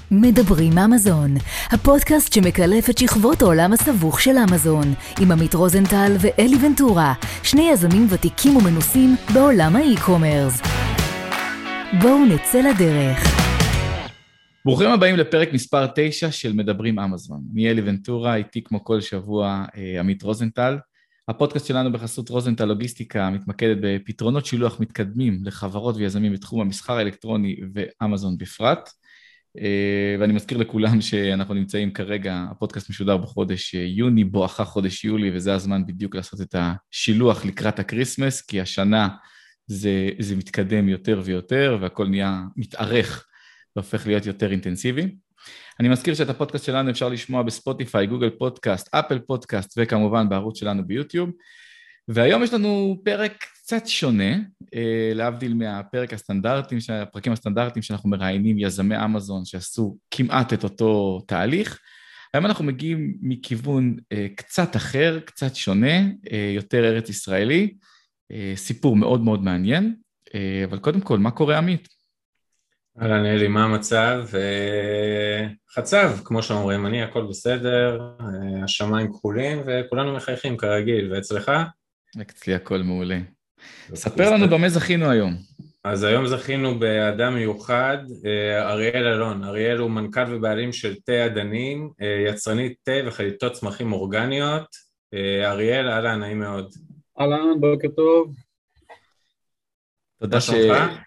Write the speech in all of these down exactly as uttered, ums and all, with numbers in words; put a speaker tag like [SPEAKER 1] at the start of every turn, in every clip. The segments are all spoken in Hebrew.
[SPEAKER 1] מדברים אמזון, הפודקאסט שמקלף את שכבות העולם הסבוך של אמזון, עם עמית רוזנטל ואלי ונטורה, שני יזמים ותיקים ומנוסים בעולם האי-קומרס. בואו נצא לדרך.
[SPEAKER 2] ברוכים הבאים לפרק מספר תשע של מדברים אמזון. אני אלי ונטורה, איתי כמו כל שבוע עמית רוזנטל. הפודקאסט שלנו בחסות רוזנטל לוגיסטיקה מתמקדת בפתרונות שילוח מתקדמים לחברות ויזמים בתחום המסחר האלקטרוני ואמזון בפרט. ואני מזכיר לכולם שאנחנו נמצאים כרגע, הפודקאסט משודר בחודש יוני, בואכה חודש יולי, וזה הזמן בדיוק לעשות את השילוח לקראת הקריסמס, כי השנה זה, זה מתקדם יותר ויותר, והכל נהיה מתארך והופך להיות יותר אינטנסיבי. אני מזכיר שאת הפודקאסט שלנו אפשר לשמוע בספוטיפיי, גוגל פודקאסט, אפל פודקאסט, וכמובן בערוץ שלנו ביוטיוב. והיום יש לנו פרק קצת שונה, להבדיל מהפרק הסטנדרטים, הפרקים הסטנדרטיים שאנחנו מראיינים יזמי אמזון שעשו כמעט את אותו תהליך. היום אנחנו מגיעים מכיוון קצת אחר, קצת שונה, יותר ארץ ישראלי, סיפור מאוד מאוד מעניין, אבל קודם כל, מה קורה עמית?
[SPEAKER 3] אהלן אלי, מה המצב? חצב, כמו שאומרים, אני הכל בסדר, השמיים כחולים וכולנו מחייכים כרגיל, ואצלך?
[SPEAKER 2] אצלי הכל מעולה. ספר לנו במה זכינו היום.
[SPEAKER 3] אז היום זכינו באדם מיוחד, אריאל אלון. אריאל הוא מנכ"ל ובעלים של תה עדנים, יצרנית תה וחליטות צמחים אורגניות. אריאל, אהלן, נעים מאוד.
[SPEAKER 4] אהלן, בוקר טוב.
[SPEAKER 2] תודה ש...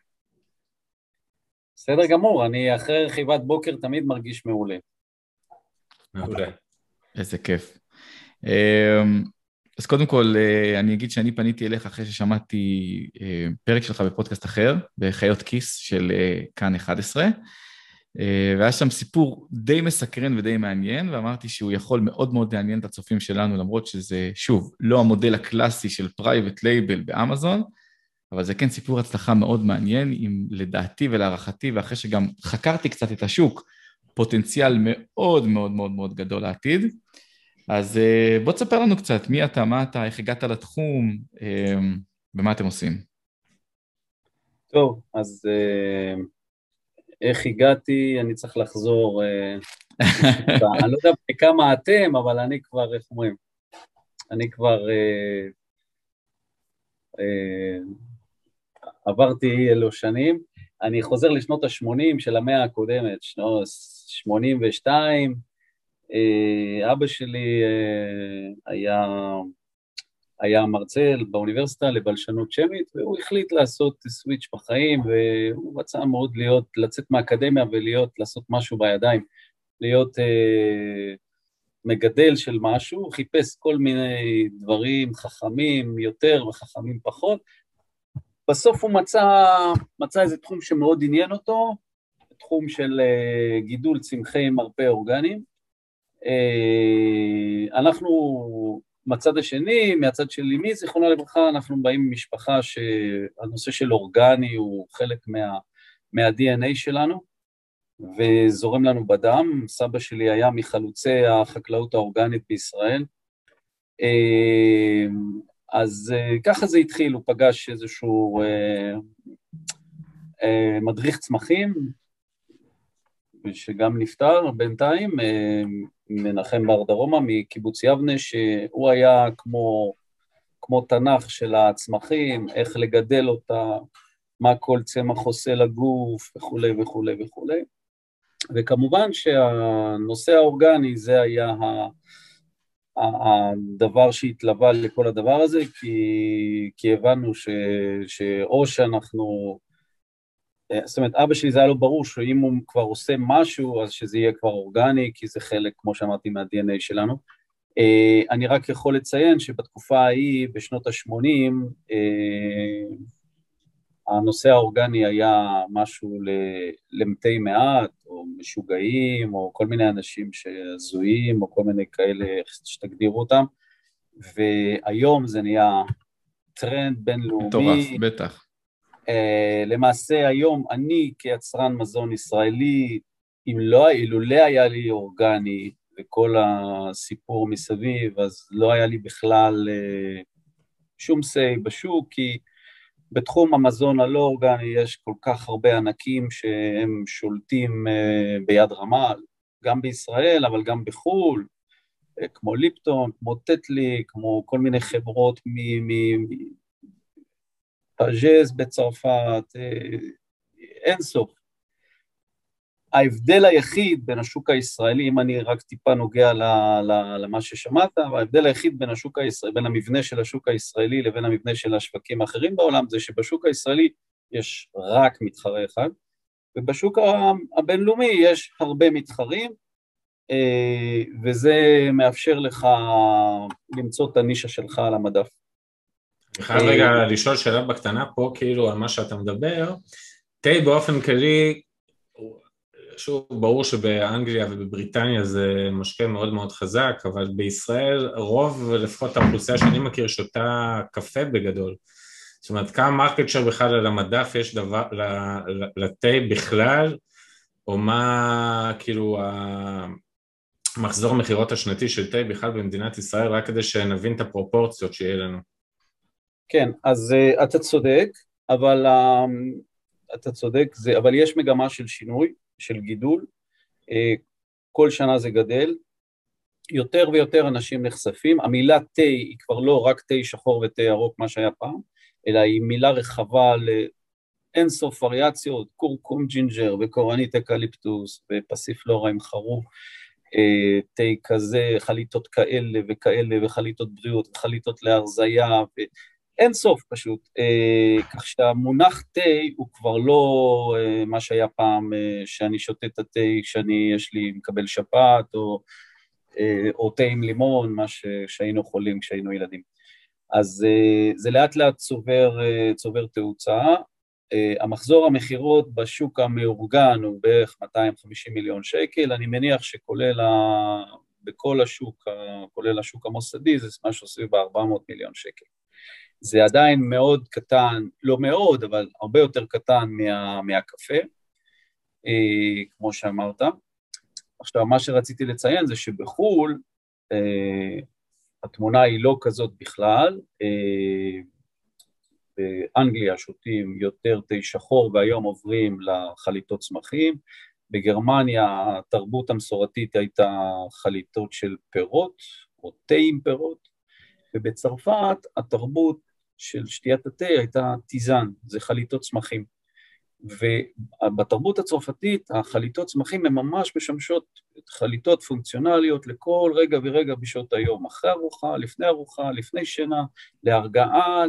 [SPEAKER 4] בסדר גמור, אני אחרי רכיבת בוקר תמיד מרגיש מעולה.
[SPEAKER 3] מעולה.
[SPEAKER 2] איזה כיף. אז קודם כל, אני אגיד שאני פניתי אליך אחרי ששמעתי פרק שלך בפודקאסט אחר, בחיות כיס של כאן אחת עשרה, והיה שם סיפור די מסקרן ודי מעניין, ואמרתי שהוא יכול מאוד מאוד לעניין את הצופים שלנו, למרות שזה, שוב, לא המודל הקלאסי של פרייבט לייבל באמזון, אבל זה כן סיפור הצלחה מאוד מעניין, עם לדעתי ולהערכתי, ואחרי שגם חקרתי קצת את השוק, פוטנציאל מאוד מאוד מאוד מאוד גדול לעתיד. אז בוא תספר לנו קצת, מי אתה, מה אתה, איך הגעת לתחום, ומה אתם עושים?
[SPEAKER 4] טוב, אז איך הגעתי, אני צריך לחזור, אני לא יודע כמה אתם, אבל אני כבר, איך אומרים, אני כבר עברתי אלו שנים, אני חוזר לשנות ה-שמונים של המאה הקודמת, שנות שמונים ושתיים, אבא שלי היה, היה מרצה באוניברסיטה לבלשנות שמית, והוא החליט לעשות סוויץ' בחיים, והוא רצה מאוד להיות, לצאת מהאקדמיה ולהיות, לעשות משהו בידיים, להיות אה, מגדל של משהו, הוא חיפש כל מיני דברים חכמים יותר וחכמים פחות, בסוף הוא מצא, מצא איזה תחום שמאוד עניין אותו, תחום של אה, גידול צמחי מרפא אורגניים, אנחנו, מהצד השני, מהצד של אמי, זיכרונה לברכה, אנחנו באים ממשפחה שהנושא של אורגני הוא חלק מה, מה-די אן איי שלנו, וזורם לנו בדם. סבא שלי היה מחלוצי החקלאות האורגנית בישראל, אז ככה זה התחיל, הוא פגש איזשהו מדריך צמחים, שגם נפטר בינתיים, מנחם בר דרומה מקיבוץ יבנה, שהוא היה כמו, כמו תנ"ך של הצמחים, איך לגדל אותה, מה כל צמח עושה לגוף וכו' וכו' וכו'. וכמובן שהנושא האורגני זה היה הדבר שהתלווה לכל הדבר הזה, כי, כי הבנו ש, שאו שאנחנו, זאת אומרת, אבא שלי זה היה לו ברור שאם הוא כבר עושה משהו, אז שזה יהיה כבר אורגני, כי זה חלק, כמו שאמרתי, מה-די אן איי שלנו. אני רק יכול לציין שבתקופה ההיא, בשנות ה-שמונים, הנושא האורגני היה משהו למתי מעט, או משוגעים, או כל מיני אנשים שזויים, או כל מיני כאלה שתגדירו אותם, והיום זה נהיה טרנד בינלאומי.
[SPEAKER 2] מטורף, בטח.
[SPEAKER 4] Uh, למעשה היום אני כיצרן מזון ישראלי, אם לא, אילולא היה לי אורגני וכל הסיפור מסביב, אז לא היה לי בכלל uh, שום סי בשוק, כי בתחום המזון הלא אורגני יש כל כך הרבה ענקים שהם שולטים ביד רמה, גם בישראל אבל גם בחול, כמו ליפטון, כמו טטלי, כמו כל מיני חברות מפאז'ז בצרפת, אין סוף. ההבדל היחיד בין השוק הישראלי, אם אני רק טיפה נוגע למה ששמעת, ההבדל היחיד בין השוק הישראלי, בין המבנה של השוק הישראלי לבין המבנה של השווקים האחרים בעולם, זה שבשוק הישראלי יש רק מתחרה אחד, ובשוק הבינלאומי יש הרבה מתחרים, וזה מאפשר לך למצוא את הנישה שלך על המדף.
[SPEAKER 3] אני חייב רגע לשאול שאלה בקטנה פה, כאילו על מה שאתה מדבר, תה באופן כללי, שוב, ברור שבאנגליה ובבריטניה זה משקה מאוד מאוד חזק, אבל בישראל רוב, לפחות האוכלוסייה שאני מכיר, שותה קפה בגדול. זאת אומרת, כמה מרקט שייר בכלל על המדף יש דבר, לתה בכלל, או מה, כאילו, המחזור המחירות השנתי של תה בכלל במדינת ישראל, רק כדי שנבין את הפרופורציות שיהיה לנו.
[SPEAKER 4] כן, אז uh, אתה צודק, אבל uh, אתה צודק, זה, אבל יש מגמה של שינוי, של גידול, uh, כל שנה זה גדל, יותר ויותר אנשים נחשפים, המילה תה היא כבר לא רק תה שחור ותה ירוק, מה שהיה פעם, אלא היא מילה רחבה לאין סוף וריאציות, קורקום ג'ינג'ר וקורנית אקליפטוס ופסיפלורה עם חרוב, uh, תה כזה, חליטות כאלה וכאלה וחליטות בריאות וחליטות להרזיה ו... אין סוף פשוט, אה, כך שהמונח תה הוא כבר לא אה, מה שהיה פעם אה, שאני שותה את התה כשאני יש לי מקבל שפעת או, אה, או תה עם לימון, מה ש, שהיינו חולים כשהיינו ילדים. אז אה, זה לאט לאט צובר, אה, צובר תאוצה, אה, המחזור המחירות בשוק המאורגן הוא בערך מאתיים וחמישים מיליון שקל, אני מניח שכולל ה, בכל השוק, כולל השוק המוסדי, זה משהו סביב ב-ארבע מאות מיליון שקל. זה עדיין מאוד קטן, לא מאוד, אבל הרבה יותר קטן מה, מהקפה, אה, כמו שאמרת. עכשיו, מה שרציתי לציין זה שבחול, אה, התמונה היא לא כזאת בכלל, אה, באנגליה שותים יותר תה שחור, והיום עוברים לחליטות צמחים, בגרמניה התרבות המסורתית הייתה חליטות של פירות, או תה עם פירות, ובצרפת התרבות של שתיית התה הייתה טיזן, זה חליטות צמחים. ובתרבות הצרפתית, החליטות צמחים הן ממש משמשות חליטות פונקציונליות לכל רגע ורגע בשעות היום, אחרי ארוחה, לפני ארוחה, לפני שינה, להרגעה,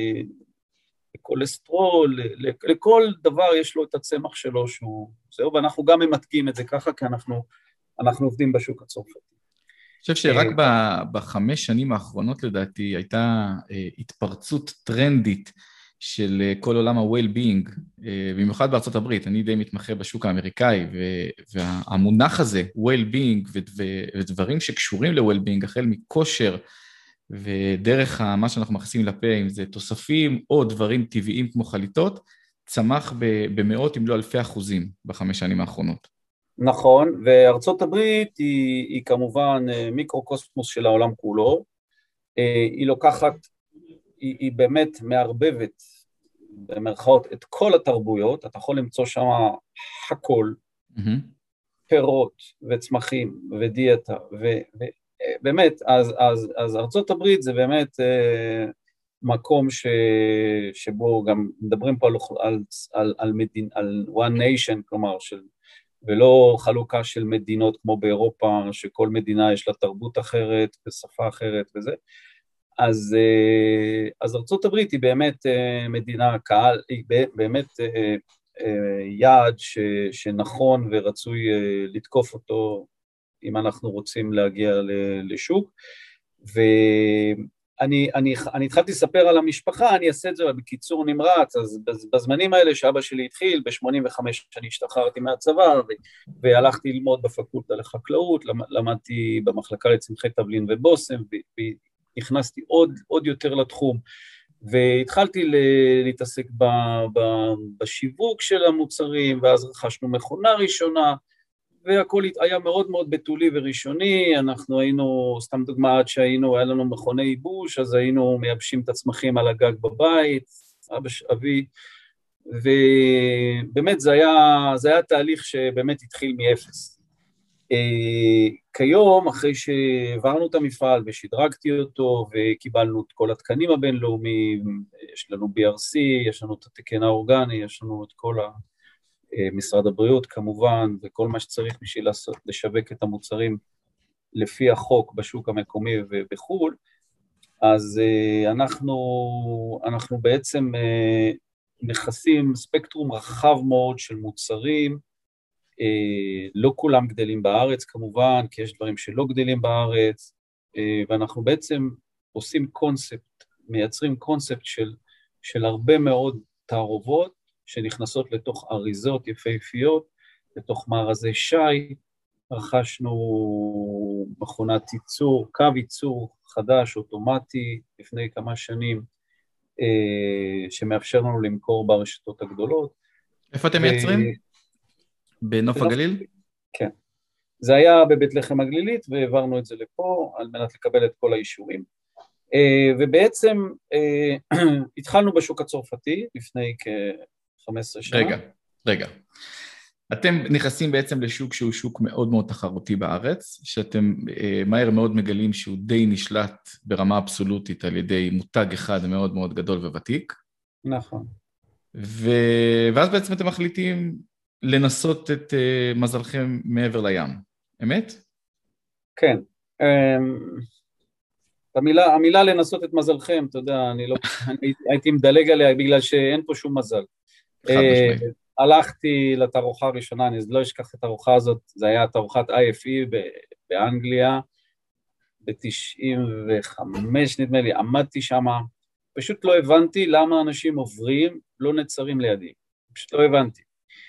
[SPEAKER 4] לקולסטרול, לכל דבר יש לו את הצמח שלו שהוא, זהו, ואנחנו גם ממתקים את זה ככה, כי אנחנו, אנחנו עובדים בשוק הצרפתי.
[SPEAKER 2] אני חושב שרק בחמש שנים האחרונות לדעתי הייתה התפרצות טרנדית של כל עולם ה-well-being, במיוחד בארצות הברית, אני די מתמחה בשוק האמריקאי, והמונח הזה, well-being ודברים שקשורים ל-well-being, החל מכושר ודרך מה שאנחנו מכניסים לפה, אם זה תוספים או דברים טבעיים כמו חליטות, צמח במאות אם לא אלפי אחוזים בחמש שנים האחרונות.
[SPEAKER 4] נכון, וארצות הברית היא, היא כמובן מיקרוקוסמוס של העולם כולו, היא לוקחת, היא, היא באמת מערבבת במרכאות את כל התרבויות, אתה יכול למצוא שם הכל, mm-hmm. פירות וצמחים ודיאטה, ובאמת, אז, אז, אז ארצות הברית זה באמת מקום ש, שבו גם מדברים פה על, על, על, על, מדין, על one nation, כלומר של, ולא חלוקה של מדינות כמו באירופה, שכל מדינה יש לה תרבות אחרת, ושפה אחרת וזה. אז, אז ארצות הברית היא באמת מדינה, קהל, היא באמת יעד ש, שנכון ורצוי לתקוף אותו, אם אנחנו רוצים להגיע לשוק. ואני אני, אני התחלתי לספר על המשפחה, אני אעשה את זה בקיצור נמרץ, אז בזמנים האלה שאבא שלי התחיל, ב-שמונים וחמש אני השתחררתי מהצבא, והלכתי ללמוד בפקולטה לחקלאות, למדתי במחלקה לצמחי תבלין ובוסם, ונכנסתי עוד, עוד יותר לתחום, והתחלתי להתעסק ב, ב, בשיווק של המוצרים, ואז רכשנו מכונה ראשונה, והכל היה מאוד מאוד בתולי וראשוני, אנחנו היינו, סתם דוגמה, עד שהיינו, היה לנו מכוני ייבוש, אז היינו מייבשים את הצמחים על הגג בבית, אבא, אבי, ובאמת זה היה, זה היה תהליך שבאמת התחיל מאפס. כיום, אחרי שהעברנו את המפעל ושדרגתי אותו וקיבלנו את כל התקנים הבינלאומיים, יש לנו בי אר סי, יש לנו את התקן האורגני, יש לנו את כל משרד הבריאות כמובן, וכל מה שצריך בשביל לעשות, לשווק את המוצרים לפי החוק בשוק המקומי ובחול, אז אנחנו, אנחנו בעצם נכנסים ספקטרום רחב מאוד של מוצרים, לא כולם גדלים בארץ כמובן, כי יש דברים שלא גדלים בארץ, ואנחנו בעצם עושים קונספט, מייצרים קונספט של, של הרבה מאוד תערובות, שנכנסות לתוך אריזות יפהפיות, לתוך מארזי שי, רכשנו מכונת ייצור, קו ייצור חדש, אוטומטי, לפני כמה שנים, שמאפשר לנו למכור ברשתות הגדולות.
[SPEAKER 2] איפה אתם מייצרים? בנוף הגליל?
[SPEAKER 4] כן. זה היה בבית לחם הגלילית, והעברנו את זה לפה, על מנת לקבל את כל האישורים. ובעצם התחלנו בשוק הצרפתי, לפני כ-חמש עשרה שנה.
[SPEAKER 2] רגע, רגע. אתם נכנסים בעצם לשוק שהוא שוק מאוד מאוד תחרותי בארץ, שאתם מהר מאוד מגלים שהוא די נשלט ברמה אבסולוטית על ידי מותג אחד מאוד מאוד גדול וותיק.
[SPEAKER 4] נכון.
[SPEAKER 2] ו... ואז בעצם אתם מחליטים לנסות את מזלכם מעבר לים, אמת?
[SPEAKER 4] כן. המילה, המילה לנסות את מזלכם, אתה יודע, אני לא, אני הייתי מדלג עליה בגלל שאין פה שום מזל.
[SPEAKER 2] חד משמעית.
[SPEAKER 4] הלכתי לתערוכה הראשונה, אני לא אשכח את התערוכה הזאת, זה היה תערוכת איי אף אי באנגליה, ב-תשעים וחמש נדמה לי, עמדתי שם, פשוט לא הבנתי למה אנשים עוברים, לא נצרים לידי, פשוט לא הבנתי.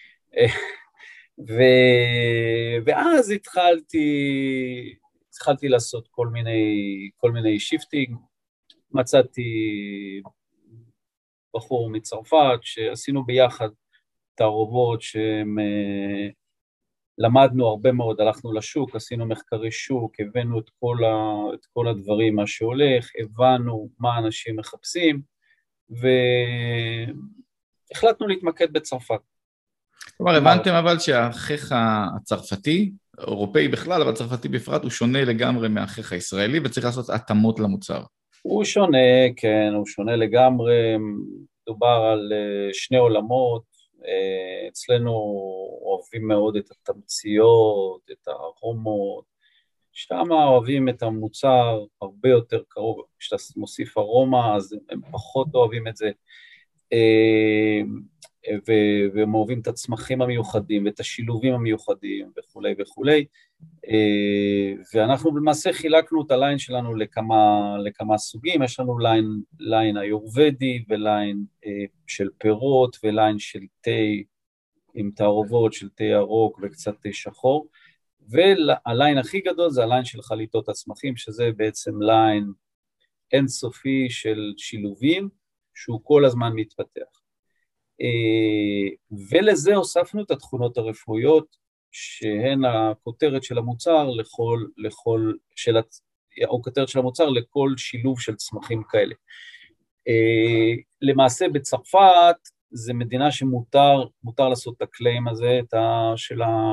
[SPEAKER 4] ו... ואז התחלתי, התחלתי לעשות כל מיני, כל מיני שיפטינג, מצאתי בחור מצרפת שעשינו ביחד, תערובות שהם למדנו הרבה מאוד, הלכנו לשוק, עשינו מחקרי שוק, הבאנו את כל, ה, את כל הדברים, מה שהולך, הבנו מה אנשים מחפשים, והחלטנו להתמקד בצרפת.
[SPEAKER 2] כלומר, הבנתם אבל שהאחיך הצרפתי, אירופאי בכלל, אבל צרפתי בפרט, הוא שונה לגמרי מהאחיך הישראלי, וצריך לעשות התאמות למוצר.
[SPEAKER 4] הוא שונה, כן, הוא שונה לגמרי, מדובר על שני עולמות, אצלנו אוהבים מאוד את התמציות, את הארומות, שם אוהבים את המוצר הרבה יותר קרוב, כשאתה מוסיף ארומה אז הם פחות אוהבים את זה, והם אוהבים את הצמחים המיוחדים ואת השילובים המיוחדים וכו' וכו', ואנחנו למעשה חילקנו את הליין שלנו לכמה, לכמה סוגים, יש לנו ליין, ליין היורבדי וליין של פירות וליין של תה עם תערובות של תה ירוק וקצת תה שחור, והליין הכי גדול זה הליין של חליטות הצמחים, שזה בעצם ליין אינסופי של שילובים, שהוא כל הזמן מתפתח. ולזה הוספנו את התכונות הרפואיות, שהן הכותרת של המוצר לכל, לכל, של, או כותרת של המוצר לכל שילוב של צמחים כאלה. למעשה בצרפת, זה מדינה שמותר, מותר לעשות את הקליים הזה, את ה, של ה,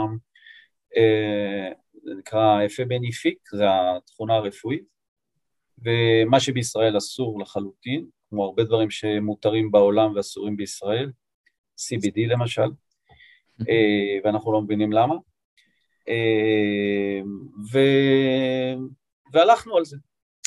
[SPEAKER 4] זה נקרא אפי בניפיק, זה התכונה הרפואית, ומה שבישראל אסור לחלוטין, כמו הרבה דברים שמותרים בעולם ואסורים בישראל, סי בי די למשל, ואנחנו לא מבינים למה, ו... והלכנו על זה.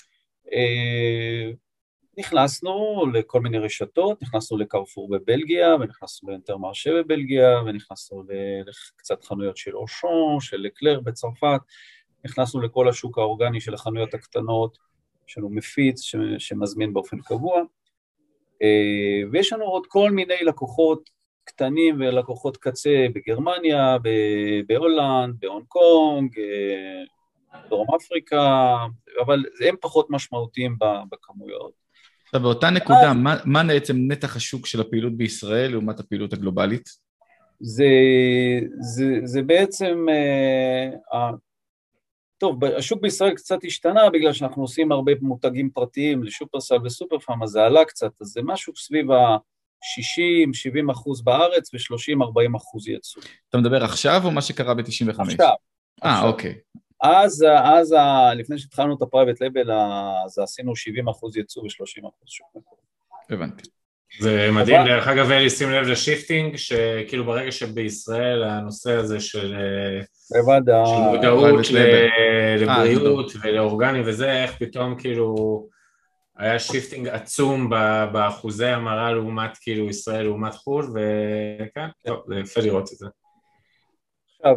[SPEAKER 4] נכנסנו לכל מיני רשתות, נכנסנו לקרפור בבלגיה, ונכנסנו לאינטרמרשה בבלגיה, ונכנסנו לקצת חנויות של אושון, של לקלר בצרפת, נכנסנו לכל השוק האורגני של החנויות הקטנות, יש לנו מפיץ ש... שמזמין באופן קבוע, ויש לנו עוד כל מיני לקוחות קטנים ולקוחות קצה בגרמניה, בהולנד, בהונג קונג, דרום אפריקה, אבל הם פחות משמעותיים בכמויות.
[SPEAKER 2] עכשיו, באותה נקודה, מה, מה בעצם נתח השוק של הפעילות בישראל לעומת הפעילות הגלובלית?
[SPEAKER 4] זה, זה, זה בעצם, טוב, השוק בישראל קצת השתנה, בגלל שאנחנו עושים הרבה מותגים פרטיים לשופרסל וסופרפארם, אז זה עלה קצת, אז זה משהו סביב ה-שישים שבעים אחוז בארץ, ו-שלושים ארבעים אחוז יצוא.
[SPEAKER 2] אתה מדבר עכשיו, או מה שקרה ב-תשעים וחמש?
[SPEAKER 4] עכשיו.
[SPEAKER 2] אה, אוקיי.
[SPEAKER 4] אז, אז, לפני שהתחלנו את הפרייבט לייבל, אז עשינו שבעים אחוז יצוא ו-שלושים אחוז שוק מקומי.
[SPEAKER 2] הבנתי.
[SPEAKER 3] זה מדהים, דרך אגב, אלי, שים לב לשיפטינג, שכאילו ברגע שבישראל הנושא הזה של מודעות לבריאות ולאורגני וזה, איך פתאום כאילו היה שיפטינג עצום באחוזי המרה לעומת כאילו ישראל לעומת חו"ל, וכן, טוב, זה יפה לראות את זה.
[SPEAKER 4] עכשיו,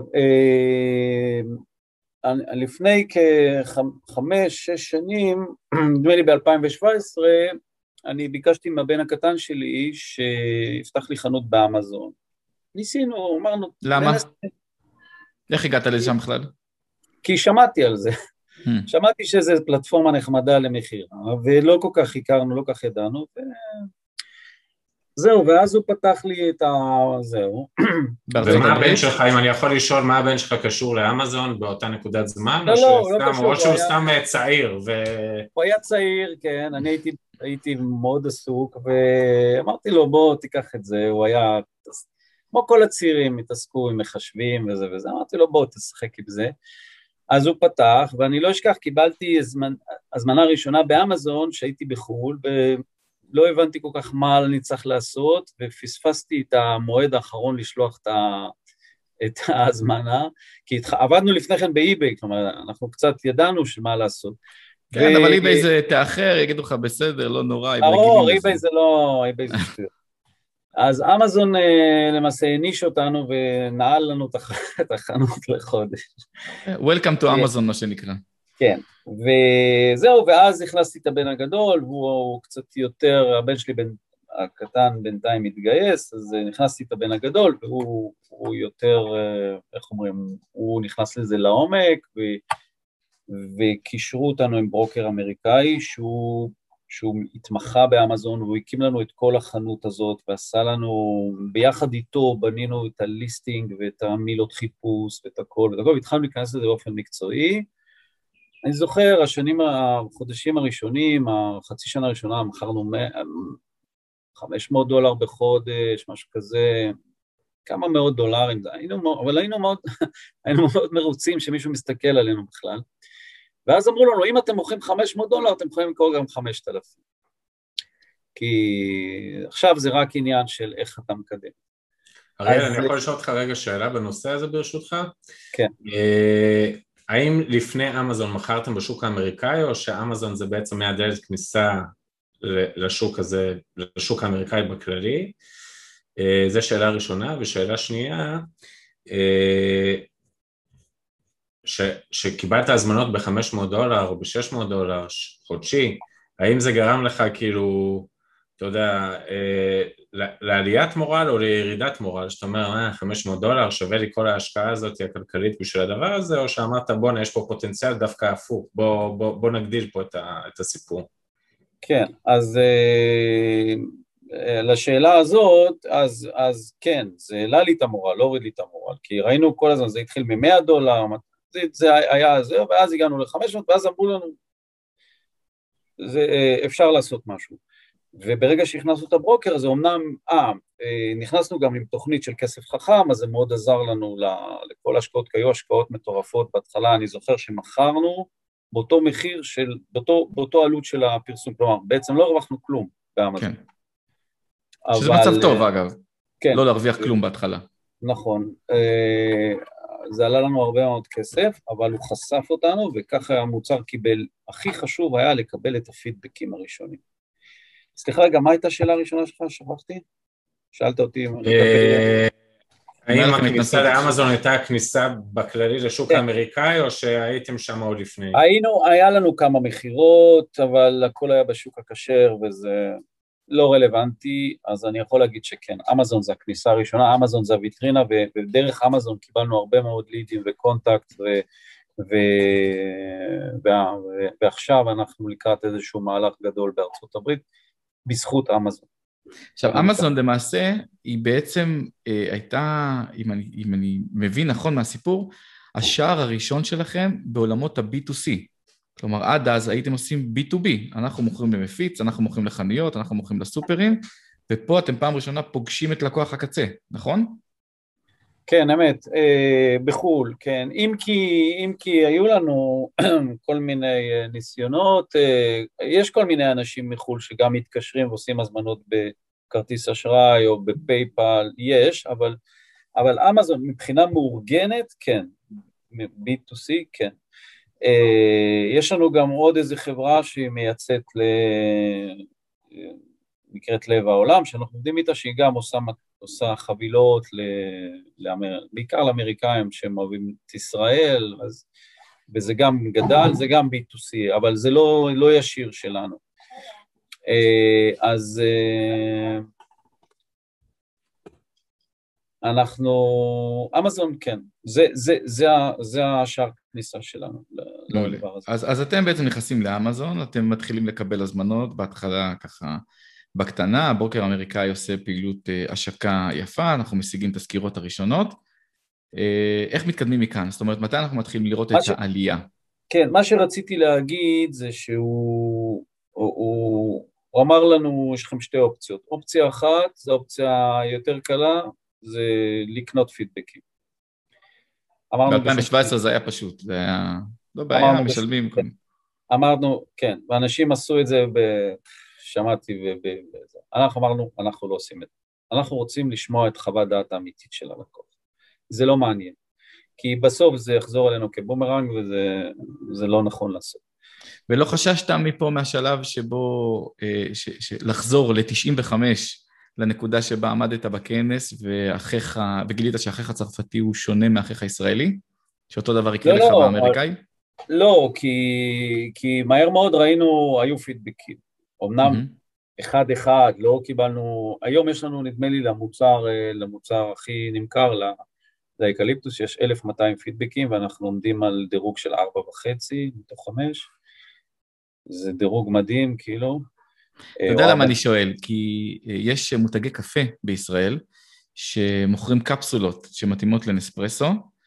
[SPEAKER 4] לפני כחמש, שש שנים, נדמה לי ב-אלפיים שבע עשרה, אני ביקשתי מהבן הקטן שלי שיפתח לי חנות באמזון. ניסינו, אמרנו...
[SPEAKER 2] למה? איך הגעת לזה בכלל?
[SPEAKER 4] כי שמעתי על זה. שמעתי שזו פלטפורמה נחמדה למחירה, ולא כל כך הכרנו, לא כך ידענו, זהו, ואז הוא פתח לי את ה... זהו.
[SPEAKER 3] ומה הבן שלך, אם אני יכול לשאול, מה הבן שלך קשור לאמזון באותה נקודת זמן?
[SPEAKER 4] לא, לא, לא קשור.
[SPEAKER 3] או שהוא סתם צעיר ו...
[SPEAKER 4] הוא היה צעיר, כן, אני הייתי... הייתי מאוד עסוק, ואמרתי לו, בוא תיקח את זה, הוא היה, כמו כל הצעירים, התעסקו עם מחשבים וזה וזה, אמרתי לו, בוא תשחק עם זה, אז הוא פתח, ואני לא אשכח, קיבלתי הזמנ... הזמנה ראשונה באמזון, שהייתי בחול, ולא הבנתי כל כך מה אני צריך לעשות, ופספסתי את המועד האחרון לשלוח את, ה... את ההזמנה, כי עבדנו לפני כן באי-ביי, כלומר, אנחנו קצת ידענו שמה לעשות,
[SPEAKER 2] כן, אבל איביי זה תאחר, יגידו לך בסדר, לא נורא.
[SPEAKER 4] ברור, איביי זה לא, איביי זה שטויות. אז אמזון למעשה הניש אותנו ונעל לנו את החנות לחודש.
[SPEAKER 2] Welcome to Amazon, מה שנקרא.
[SPEAKER 4] כן, וזהו, ואז הכנסתי את הבן הגדול, והוא קצת יותר, הבן שלי הקטן בינתיים התגייס, אז נכנסתי את הבן הגדול, והוא יותר, איך אומרים, הוא נכנס לזה לעומק, ו... וקישרו אותנו עם ברוקר אמריקאי שהוא, שהוא התמחה באמזון, והוא הקים לנו את כל החנות הזאת, ועשה לנו, ביחד איתו בנינו את הליסטינג ואת המילות חיפוש ואת הכל, ואת הכל, והתחלנו להיכנס לזה באופן מקצועי. אני זוכר, השנים, החודשים הראשונים, החצי שנה הראשונה, מכרנו חמש מאות דולר בחודש, משהו כזה, כמה מאות דולרים, היינו, אבל היינו מאוד, היינו מאוד מרוצים שמישהו מסתכל עלינו בכלל, ואז אמרו לנו, אם אתם מוכרים חמש מאות דולר, אתם יכולים לקרוא גם חמשת אלפים, כי עכשיו זה רק עניין של איך אתה מקדם.
[SPEAKER 3] אריאל, אני יכול לשאול אותך רגע שאלה בנושא הזה ברשותך?
[SPEAKER 4] כן.
[SPEAKER 3] האם לפני אמזון מכרתם בשוק האמריקאי, או שאמזון זה בעצם מהדלת כניסה לשוק הזה, לשוק האמריקאי בכללי? זו שאלה ראשונה, ושאלה שנייה, ש, שקיבלת הזמנות ב-חמש מאות דולר או ב-שש מאות דולר חודשי, האם זה גרם לך כאילו, אתה יודע, לעליית מורל או לירידת מורל, שאתה אומר, אה, חמש מאות דולר, שווה לי כל ההשקעה הזאת הכלכלית בשביל הדבר הזה, או שאמרת, בוא, יש פה פוטנציאל דווקא הפוך, בוא, בוא, בוא נגדיל פה את, ה, את הסיפור.
[SPEAKER 4] כן, אז... לשאלה הזאת, אז, אז כן, זה העלה לי את המורל, לא הוריד לי את המורל, כי ראינו כל הזמן, זה התחיל מ-מאה דולר, זה, זה היה זה, ואז הגענו ל-חמש מאות, ואז אמרו לנו, זה, אפשר לעשות משהו. וברגע שהכנסנו את הברוקר, זה אומנם, אה, נכנסנו גם עם תוכנית של כסף חכם, אז זה מאוד עזר לנו לכל השקעות, כי היו השקעות מטורפות בהתחלה, אני זוכר שמכרנו באותו מחיר של, באותו, באותו עלות של הפרסום, כלומר, בעצם לא הרווחנו כלום באמזון.
[SPEAKER 2] כן. שזה מצב טוב אגב,
[SPEAKER 4] כן,
[SPEAKER 2] לא להרוויח כלום בהתחלה.
[SPEAKER 4] נכון, זה עלה לנו הרבה מאוד כסף, אבל הוא חשף אותנו, וככה המוצר קיבל, הכי חשוב היה לקבל את הפידבקים הראשונים. סליחה רגע, מה הייתה השאלה הראשונה שלך, שכחתי? שאלת אותי.
[SPEAKER 3] האם הכניסה לאמזון הייתה הכניסה בכללי לשוק האמריקאי, או שהייתם שם עוד לפני?
[SPEAKER 4] היינו, היה לנו כמה מחירות, אבל הכל היה בשוק הכשר, וזה... לא רלוונטי, אז אני יכול להגיד שכן, אמזון זה הכניסה הראשונה, אמזון זה הוויטרינה, ודרך אמזון קיבלנו הרבה מאוד לידים וקונטקט, ו, ו, ו, ועכשיו אנחנו לקראת איזשהו מהלך גדול בארצות הברית, בזכות אמזון.
[SPEAKER 2] עכשיו, אמזון למעשה, היא בעצם אה, הייתה, אם אני, אם אני מבין נכון מהסיפור, השער הראשון שלכם בעולמות ה-בי טו סי. כלומר, עד אז הייתם עושים בי טו בי, אנחנו מוכרים למפיץ, אנחנו מוכרים לחנויות, אנחנו מוכרים לסופרים, ופה אתם פעם ראשונה פוגשים את לקוח הקצה, נכון?
[SPEAKER 4] כן, אמת, אה, בחול, כן, אם כי, אם כי היו לנו כל מיני ניסיונות, אה, יש כל מיני אנשים מחול שגם מתקשרים ועושים הזמנות בכרטיס אשראי או בפייפל, יש, אבל, אבל אמזון מבחינה מאורגנת, כן, בי טו סי, כן. אה, יש לנו גם עוד איזו חברה שהיא מייצאת ל... נקראת לב העולם, שאנחנו עובדים איתה, שהיא גם עושה, עושה חבילות, ל, לאמר, בעיקר לאמריקאים שהם אוהבים את ישראל, אז, וזה גם גדל, זה גם בי טו סי, אבל זה לא, לא ישיר שלנו. אז אנחנו, אמזון כן, זה, זה, זה, זה השער כניסה שלנו.
[SPEAKER 2] אז, אז אתם בעצם נכנסים לאמזון, אתם מתחילים לקבל הזמנות, בהתחלה ככה, בקטנה, הבוקר האמריקאי עושה פעילות השקה יפה, אנחנו משיגים את הסקירות הראשונות. איך מתקדמים מכאן? זאת אומרת, מתי אנחנו מתחילים לראות את ש... העלייה?
[SPEAKER 4] כן, מה שרציתי להגיד זה שהוא הוא, הוא, הוא אמר לנו, יש לכם שתי אופציות. אופציה אחת, זו אופציה יותר קלה, זה לקנות פידבקים.
[SPEAKER 2] ב-אלפיים שבע עשרה זה היה פשוט, זה היה לא בעיה, משלמים.
[SPEAKER 4] כן. אמרנו, כן, ואנשים עשו את זה ב... שמעתי וזה. אנחנו אמרנו, אנחנו לא עושים את זה. אנחנו רוצים לשמוע את חוות דעת האמיתית של הלקוח. זה לא מעניין. כי בסוף זה יחזור אלינו כבומרנג, וזה לא נכון לעשות.
[SPEAKER 2] ולא חששת מפה מהשלב שבו, ש, ש, לחזור ל-תשעים וחמש, לנקודה שבה עמדת בכנס, ואחיך, וגילית שאחיך הצרפתי הוא שונה מאחיך הישראלי? שאותו דבר יקרה
[SPEAKER 4] לא,
[SPEAKER 2] לך
[SPEAKER 4] לא,
[SPEAKER 2] באמריקאי?
[SPEAKER 4] לא, כי, כי מהר מאוד ראינו, היו פידבקים. אמנם mm-hmm. אחד אחד, לא קיבלנו, היום יש לנו נדמה לי למוצר, למוצר הכי נמכר, לאקליפטוס, יש אלף ומאתיים פידבקים, ואנחנו עומדים על דירוג של ארבע וחצי, מתוך חמש, זה דירוג מדהים, כאילו.
[SPEAKER 2] אתה יודע למה אני שואל, כי יש מותגי קפה בישראל, שמוכרים קפסולות שמתאימות לנספרסו,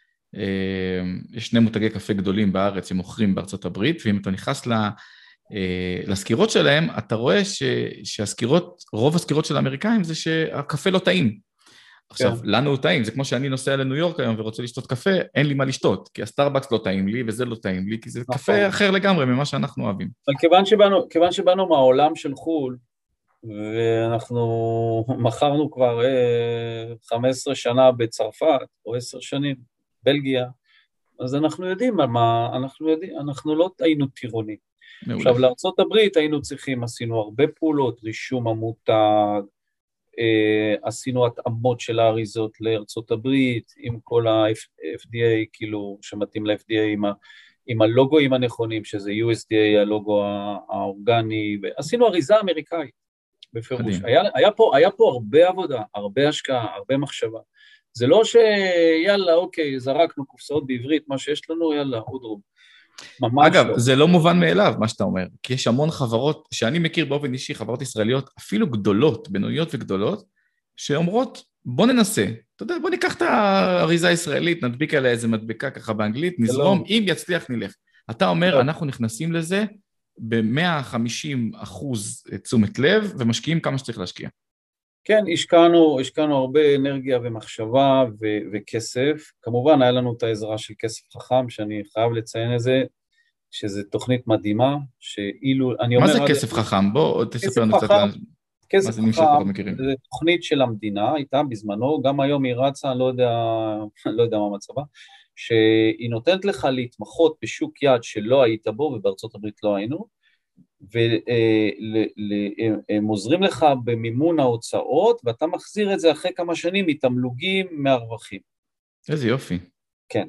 [SPEAKER 2] יש שני מותגי קפה גדולים בארץ שמוכרים בארצות הברית, ואם אתה נכנס ל... לסקירות שלהם, אתה רואה ש, שהסקירות, רוב הסקירות של האמריקאים זה שהקפה לא טעים. עכשיו, כן. לנו הוא טעים, זה כמו שאני נוסע לניו יורק היום ורוצה לשתות קפה, אין לי מה לשתות, כי הסטארבקס לא טעים לי וזה לא טעים לי, כי זה נכון. קפה אחר לגמרי ממה שאנחנו אוהבים.
[SPEAKER 4] אבל כיוון שבאנו, כיוון שבאנו מהעולם של חול, ואנחנו מכרנו כבר חמש עשרה שנה בצרפת, או עשר שנים, בלגיה, אז אנחנו יודעים על מה, אנחנו יודעים, אנחנו לא היינו טירונים. מעולה. עכשיו, לארצות הברית היינו צריכים, עשינו הרבה פעולות, רישום המותג, אה, עשינו התאמות של האריזות לארצות הברית, עם כל ה-אף די איי, כאילו, שמתאים ל-אף די איי, עם, ה, עם הלוגוים הנכונים, שזה יו אס די איי, הלוגו האורגני, ועשינו אריזה אמריקאית, בפירוש. היה, היה, פה, היה פה הרבה עבודה, הרבה השקעה, הרבה מחשבה. זה לא שיאללה, אוקיי, זרקנו קופסאות בעברית, מה שיש לנו, יאללה, עוד רוב.
[SPEAKER 2] אגב, לא. זה לא מובן מאליו, מה שאתה אומר, כי יש המון חברות, שאני מכיר באופן אישי, חברות ישראליות, אפילו גדולות, בינוניות וגדולות, שאומרות, בוא ננסה, אתה יודע, בוא ניקח את האריזה הישראלית, נדביק עליה איזה מדבקה ככה באנגלית, נזרום, אם יצליח נלך. אתה אומר, אנחנו נכנסים לזה ב-מאה וחמישים אחוז תשומת לב, ומשקיעים כמה שצריך להשקיע.
[SPEAKER 4] כן, השקענו, השקענו הרבה אנרגיה ומחשבה ו- וכסף. כמובן, היה לנו את העזרה של כסף חכם, שאני חייב לציין את זה, שזו תוכנית מדהימה, שאילו, אני אומר...
[SPEAKER 2] מה זה כסף חכם? בוא, תספר לנו קצת על...
[SPEAKER 4] כסף חכם, זו תוכנית של המדינה, הייתה בזמנו, גם היום היא רצה, אני לא יודע, לא יודע מה מצבה, שהיא נותנת לך להתמחות בשוק יד שלא היית בו, ובארצות הברית לא היינו, והם עוזרים לך במימון ההוצאות, ואתה מחזיר את זה אחרי כמה שנים מתמלוגים מהרווחים.
[SPEAKER 2] איזה יופי.
[SPEAKER 4] כן,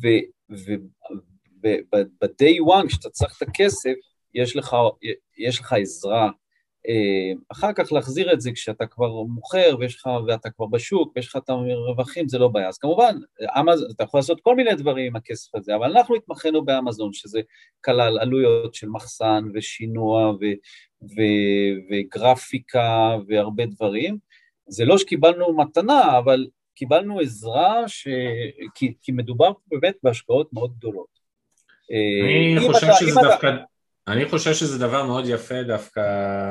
[SPEAKER 4] וב-day one, כשאתה צריך את הכסף, יש לך, יש לך עזרה, אחר כך להחזיר את זה כשאתה כבר מוכר, ויש לך, ואתה כבר בשוק, ויש לך את הרווחים, זה לא בעיה. אז כמובן, אתה יכול לעשות כל מיני דברים עם הכסף הזה, אבל אנחנו התמחנו באמזון, שזה כלל עלויות של מחסן ושינוע ו, ו, וגרפיקה והרבה דברים. זה לא שקיבלנו מתנה, אבל קיבלנו עזרה, ש... כי, כי מדובר פה באמת בהשקעות מאוד גדולות.
[SPEAKER 3] אני חושב אתה, שזה דווקא, אתה... אני חושב שזה דבר מאוד יפה דווקא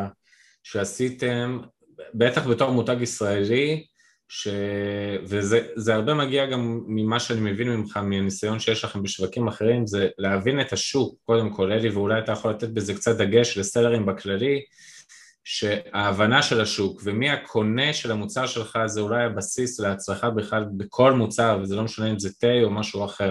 [SPEAKER 3] שעשיתם, בטח בתור מותג ישראלי, ש... וזה זה הרבה מגיע גם ממה שאני מבין ממך, מהניסיון שיש לכם בשווקים אחרים, זה להבין את השוק, קודם כל, אלי, ואולי אתה יכול לתת בזה קצת דגש לסלרים בכללי, שההבנה של השוק ומי הקונה של המוצר שלך זה אולי הבסיס להצלחה בכלל בכל מוצר, וזה לא משנה אם זה תה או משהו אחר.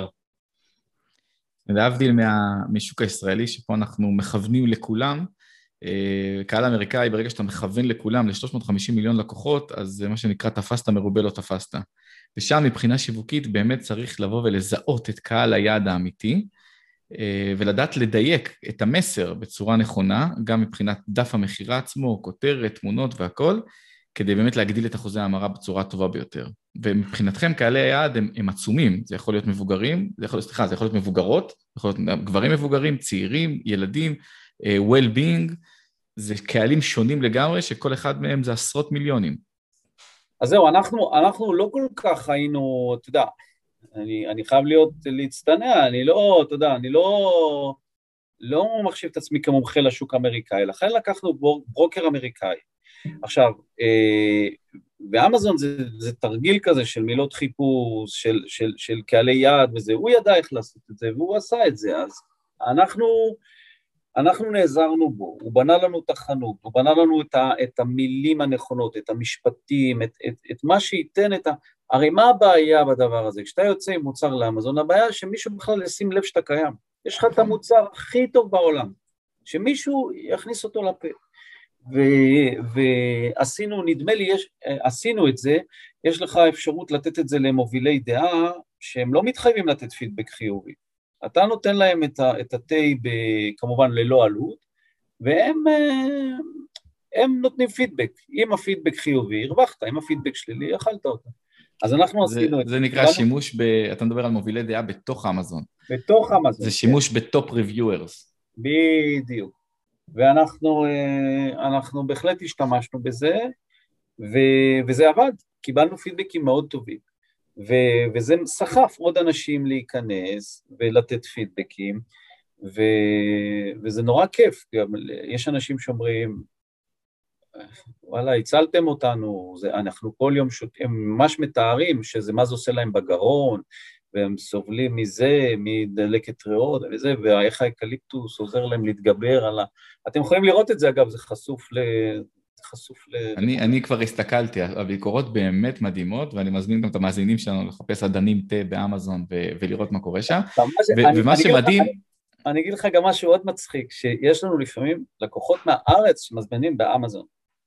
[SPEAKER 2] להבדיל מה, משוק הישראלי, שפה אנחנו מכוונים לכולם, קהל אמריקאי, ברגע שאתה מכוון לכולם, ל-שלוש מאות וחמישים מיליון לקוחות, אז זה מה שנקרא תפסת מרובה לא תפסת. ושם מבחינה שיווקית באמת צריך לבוא ולזהות את קהל היעד האמיתי, ולדעת לדייק את המסר בצורה נכונה, גם מבחינת דף המחירה עצמו, כותרת, תמונות והכל, כדי באמת להגדיל את אחוזי ההמרה בצורה הטובה ביותר. ומבחינתכם קהלי היעד הם, הם עצומים, זה יכול להיות מבוגרים, זה יכול, סליחה, זה יכול להיות מבוגרות, זה יכול להיות גברים מבוגרים, צעירים, ילדים, well-being, זה קהלים שונים לגמרי, שכל אחד מהם זה עשרות מיליונים.
[SPEAKER 4] אז זהו, אנחנו, אנחנו לא כל כך היינו, אתה יודע, אני, אני חייב להיות, להצטנע, אני לא, אתה יודע, אני לא, לא מחשיב את עצמי כמומחה לשוק האמריקאי, לכן לקחנו ברוקר אמריקאי. עכשיו, אה, באמזון זה, זה תרגיל כזה של מילות חיפוש, של, של, של קהלי יעד וזה, הוא ידע איך לעשות את זה, והוא עשה את זה, אז אנחנו, אנחנו נעזרנו בו, הוא בנה לנו את החנות, הוא בנה לנו את, ה, את המילים הנכונות, את המשפטים, את, את, את מה שייתן את ה... הרי מה הבעיה בדבר הזה? כשאתה יוצא עם מוצר לאמזון, הבעיה שמישהו בכלל ישים לב שאתה קיים. יש לך את המוצר הכי טוב בעולם, שמישהו יכניס אותו לפה. ו- ועשינו, נדמה לי, יש, עשינו את זה, יש לך אפשרות לתת את זה למובילי דעה, שהם לא מתחייבים לתת פידבק חיובי. אתה נותן להם את, ה- את התה, כמובן ללא עלות, והם הם נותנים פידבק. אם הפידבק חיובי, הרווחת, אם הפידבק שלילי, אכלת אותה. אז אנחנו
[SPEAKER 2] זה,
[SPEAKER 4] עשינו את
[SPEAKER 2] זה. זה נקרא שימוש, ב, אתה מדבר על מובילי דעה בתוך אמזון.
[SPEAKER 4] בתוך אמזון.
[SPEAKER 2] זה שימוש כן. בטופ ריוויורס.
[SPEAKER 4] בדיוק. ואנחנו אנחנו בהחלט השתמשנו בזה, ו, וזה עבד. קיבלנו פידבקים מאוד טובים. ו, וזה סחף עוד אנשים להיכנס ולתת פידבקים, ו, וזה נורא כיף. גם יש אנשים שאומרים, וואלה, הצלתם אותנו, זה, אנחנו כל יום שותים, הם ממש מתארים שזה מה זה עושה להם בגרון, והם סובלים מזה, מדלקת ריאות וזה, ואיך האקליפטוס עוזר להם להתגבר על ה... אתם יכולים לראות את זה, אגב, זה חשוף ל... חשוף ל...
[SPEAKER 2] אני, אני כבר הסתכלתי, הביקורות באמת מדהימות, ואני מזמין גם את המאזינים שלנו לחפש עדנים תה באמזון ו- ולראות מה קורה שם, ו- אני, ומה אני שמדהים...
[SPEAKER 4] אני, אני אגיד לך גם משהו עוד מצחיק, שיש לנו לפעמים לקוחות מהארץ שמזמינים באמזון,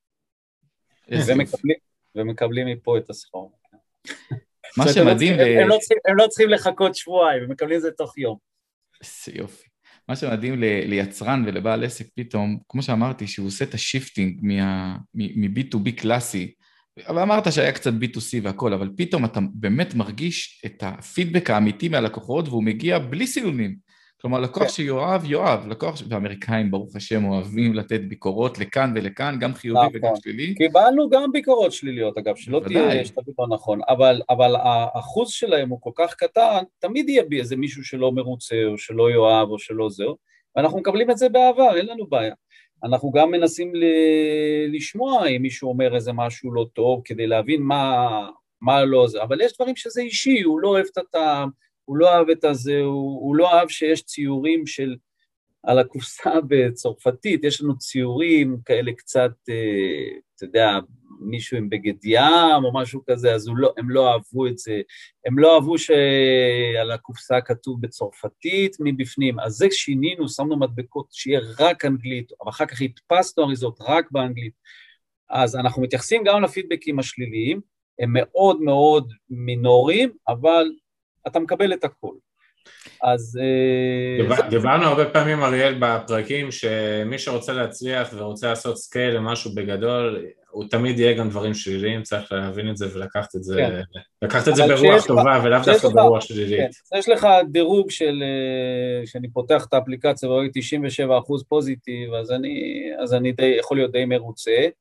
[SPEAKER 4] ומקבלים, ומקבלים מפה את הסחור.
[SPEAKER 2] מה שמדהים...
[SPEAKER 4] הם לא צריכים, הם לא צריכים לחכות שבועיים, הם מקבלים את זה תוך יום.
[SPEAKER 2] יופי. מה שמדהים ליצרן ולבעל עסק פתאום, כמו שאמרתי, שהוא עושה את השיפטינג מ-בי טו בי קלאסי, ואמרת שהיה קצת בי טו סי והכל, אבל פתאום אתה באמת מרגיש את הפידבק האמיתי מהלקוחות, והוא מגיע בלי סילונים. כלומר, לקוח שיואב, יואב, לקוח, ואמריקאים, ברוך השם, אוהבים לתת ביקורות לכאן ולכאן, גם חיובי וגם שלילי.
[SPEAKER 4] קיבלנו גם ביקורות שליליות, אגב, שלא תהיה שתבין לא נכון, אבל, אבל האחוז שלהם הוא כל כך קטן, תמיד יהיה בי איזה מישהו שלא מרוצה, או שלא יואב, או שלא זהו, ואנחנו מקבלים את זה בעבר, אין לנו בעיה. אנחנו גם מנסים ל- לשמוע אם מישהו אומר איזה משהו לא טוב, כדי להבין מה, מה לא זה, אבל יש דברים שזה אישי, הוא לא אוהב את הטעם, הוא לא אהב את הזה, הוא, הוא לא אהב שיש ציורים של, על הקופסה בצרפתית, יש לנו ציורים כאלה קצת, אה, אתה יודע, מישהו עם בגד ים או משהו כזה, אז לא, הם לא אהבו את זה, הם לא אהבו שעל הקופסה כתוב בצרפתית מבפנים, אז זה שינינו, שמנו מדבקות שיהיה רק אנגלית, אבל אחר כך הדפסנו אריזות רק באנגלית, אז אנחנו מתייחסים גם לפידבקים השליליים, הם מאוד מאוד מינוריים, אבל אתה מקבל את הכל. אז...
[SPEAKER 3] דיברנו הרבה פעמים, אריאל, בפרקים, שמי שרוצה להצליח ורוצה לעשות סקייל למשהו בגדול, הוא תמיד יהיה גם דברים שליליים, צריך להבין את זה ולקחת את זה, לקחת את זה ברוח טובה, ולאו דווקא ברוח שלילית.
[SPEAKER 4] יש לך דירוג של, שאני פותח את האפליקציה, ורואה תשעים ושבעה אחוז פוזיטיב, אז אני יכול להיות די מרוצה,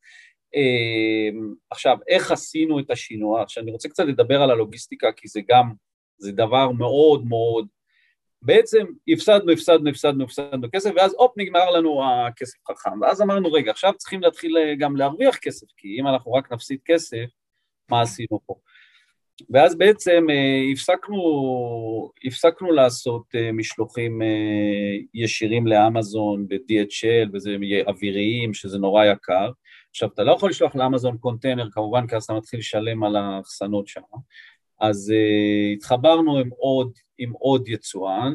[SPEAKER 4] עכשיו, איך עשינו את השינוע? עכשיו, אני רוצה קצת לדבר על הלוגיסטיקה, כי זה גם, זה דבר מאוד מאוד, בעצם הפסדנו, הפסדנו, הפסדנו, הפסדנו כסף, ואז אופ, נגמר לנו הכסף חכם, ואז אמרנו, רגע, עכשיו צריכים להתחיל גם להרוויח כסף, כי אם אנחנו רק נפסיד כסף, מה עשינו פה? ואז בעצם הפסקנו, הפסקנו לעשות משלוחים ישירים לאמזון, ב-די אייץ' אל, וזה אוויריים, שזה נורא יקר. עכשיו, אתה לא יכול לשלוח לאמזון קונטיינר, כמובן, כי אז אתה מתחיל לשלם על האחסנות שם. אז התחברנו עם עוד, עם עוד יצואן,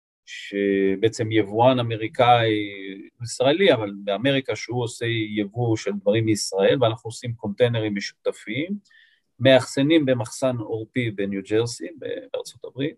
[SPEAKER 4] שבעצם יבואן אמריקאי, ישראלי, אבל באמריקה שהוא עושה יבוא של דברים מישראל, ואנחנו עושים קונטיינרים משותפים, מאחסנים במחסן אורפי בניו ג'רסי, בארצות הברית,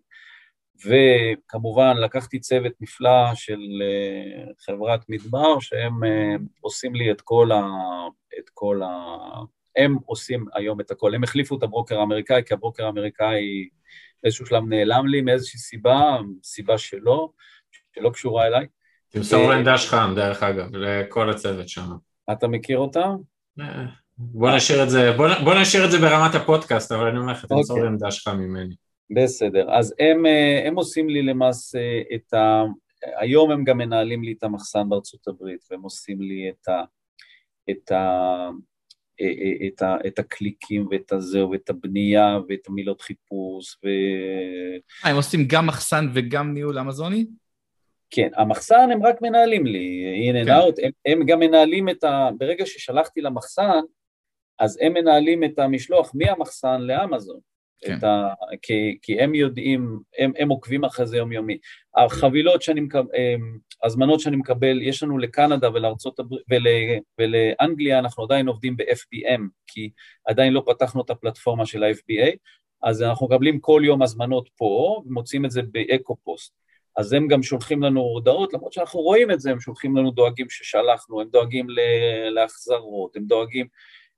[SPEAKER 4] וכמובן לקחתי צוות נפלא של חברת מדבר, שהם עושים לי את כל ה... את כל ה... הם עושים היום את הכל, הם החליפו את הברוקר האמריקאי, כי הברוקר האמריקאי באיזשהו שלב נעלם לי, מאיזושהי סיבה, סיבה שלו, שלא קשורה אליי.
[SPEAKER 3] תמסור להם דש חם, דרך אגב, לכל הצוות שם.
[SPEAKER 4] אתה מכיר אותם?
[SPEAKER 3] בוא נשאיר את זה, בוא, בוא נשאיר את זה ברמת הפודקאסט, אבל אני אומר לך, תמסור להם דש חם ממני.
[SPEAKER 4] בסדר, אז הם, הם עושים לי למעשה את ה... היום הם גם מנהלים לי את המחסן בארצות הברית, והם עושים לי את ה... את ה... את, ה, את הקליקים ואת הזהו, ואת הבנייה ואת המילות חיפוש ו...
[SPEAKER 2] הם עושים גם מחסן וגם ניהול אמזוני?
[SPEAKER 4] כן, המחסן הם רק מנהלים לי, הנה נאות, הם, הם גם מנהלים את ה... ברגע ששלחתי למחסן, אז הם מנהלים את המשלוח מהמחסן לאמזון, כן. את ה... כי, כי הם יודעים, הם, הם עוקבים אחרי זה יומיומי. החבילות שאני מקבל, הזמנות שאני מקבל, יש לנו לקנדה ולארצות הברית, ול, ולאנגליה אנחנו עדיין עובדים ב-אף בי אם, כי עדיין לא פתחנו את הפלטפורמה של ה-אף בי איי, אז אנחנו מקבלים כל יום הזמנות פה, ומוצאים את זה באקו-פוסט. אז הם גם שולחים לנו הודעות, למרות שאנחנו רואים את זה, הם שולחים לנו דואגים ששלחנו, הם דואגים להחזרות, הם דואגים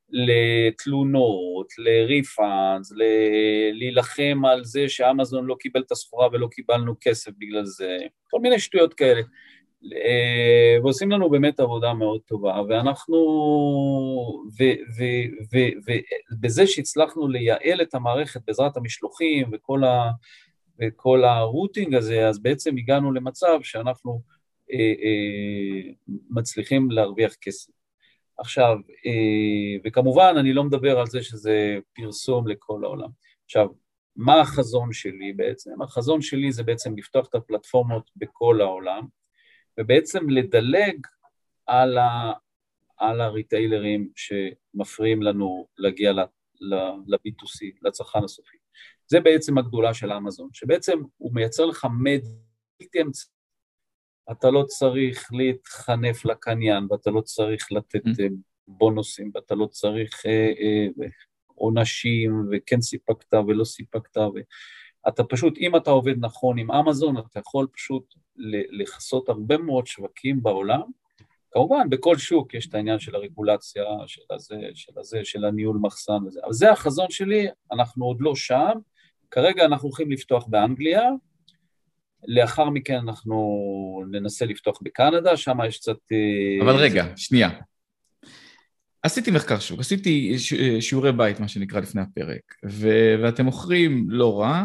[SPEAKER 4] לתלונות, לריפאנס, להילחם על זה שאמזון לא קיבל את הסחורה ולא קיבלנו כסף בגלל זה, כל מיני שטויות כאלה, ועושים לנו באמת עבודה מאוד טובה, ואנחנו, ובזה שהצלחנו לייעל את המערכת בעזרת המשלוחים וכל ה... וכל הרוטינג הזה, אז בעצם הגענו למצב שאנחנו אה, אה, מצליחים להרוויח כסף. עכשיו, אה, וכמובן אני לא מדבר על זה שזה פרסום לכל העולם. עכשיו, מה החזון שלי בעצם? החזון שלי זה בעצם לפתוח את הפלטפורמות בכל העולם, ובעצם לדלג על, ה, על הריטיילרים שמפריעים לנו להגיע ל-בי טו סי, לצרכן הסופי. זה בעצם הגדולה של אמזון, שבעצם הוא מייצר לך מדיה, אתה לא צריך להתחנף לקניין, ואתה לא צריך לתת בונוסים, ואתה לא צריך עונשים, וכן סיפקת ולא סיפקת, אתה פשוט, אם אתה עובד נכון עם אמזון, אתה יכול פשוט לחסות הרבה מאוד שווקים בעולם, כמובן, בכל שוק יש את העניין של הרגולציה, של הזה, של הזה, של הניהול מחסן וזה, אבל זה החזון שלי, אנחנו עוד לא שם, כרגע אנחנו הולכים לפתוח באנגליה, לאחר מכן אנחנו ננסה לפתוח בקנדה, שם יש קצת...
[SPEAKER 2] אבל רגע, שנייה. עשיתי מחקר שוק, עשיתי שיעורי בית, מה שנקרא לפני הפרק, ו- ואתם מוכרים לא רע,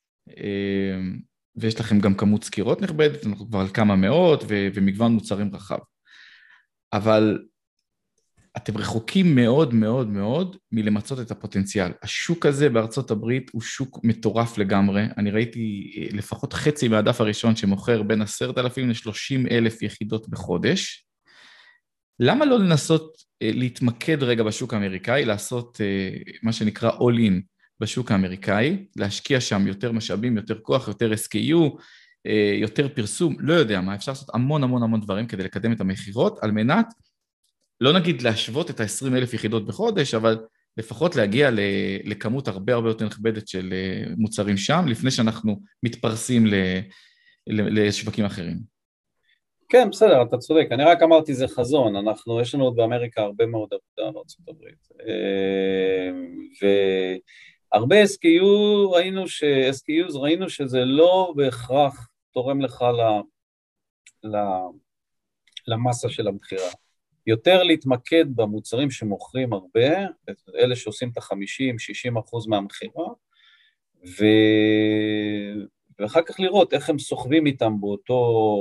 [SPEAKER 2] ויש לכם גם כמות סקירות נכבדת, אנחנו כבר על כמה מאות, ו- ומגוון מוצרים רחב. אבל אתם רחוקים מאוד מאוד מאוד מלמצות את הפוטנציאל. השוק הזה בארצות הברית הוא שוק מטורף לגמרי. אני ראיתי לפחות חצי מהדף הראשון שמוכר בין עשרת אלפים ל-שלושים אלף יחידות בחודש. למה לא לנסות להתמקד רגע בשוק האמריקאי, לעשות מה שנקרא all in בשוק האמריקאי, להשקיע שם יותר משאבים, יותר כוח, יותר אס קיי יו, יותר פרסום, לא יודע מה, אפשר לעשות המון המון המון דברים כדי לקדם את המחירות, על מנת, לא נגיד להשוות את ה-עשרים אלף יחידות בחודש, אבל לפחות להגיע לכמות הרבה הרבה יותר נכבדת של מוצרים שם, לפני שאנחנו מתפרסים לשווקים אחרים.
[SPEAKER 4] כן, בסדר, אתה צודק, אני רק אמרתי זה חזון, אנחנו, יש לנו עוד באמריקה הרבה מאוד עבודה בארצות הברית, והרבה אס קיי יו ראינו, ש... אס קיי יו ראינו שזה לא בהכרח תורם לך ל... ל... למסה של המחירה. יותר להתמקד במוצרים שמוכרים הרבה, אלה שעושים את ה-חמישים שישים אחוז מהמחירה, ו... ואחר כך לראות איך הם סוחבים איתם באותו,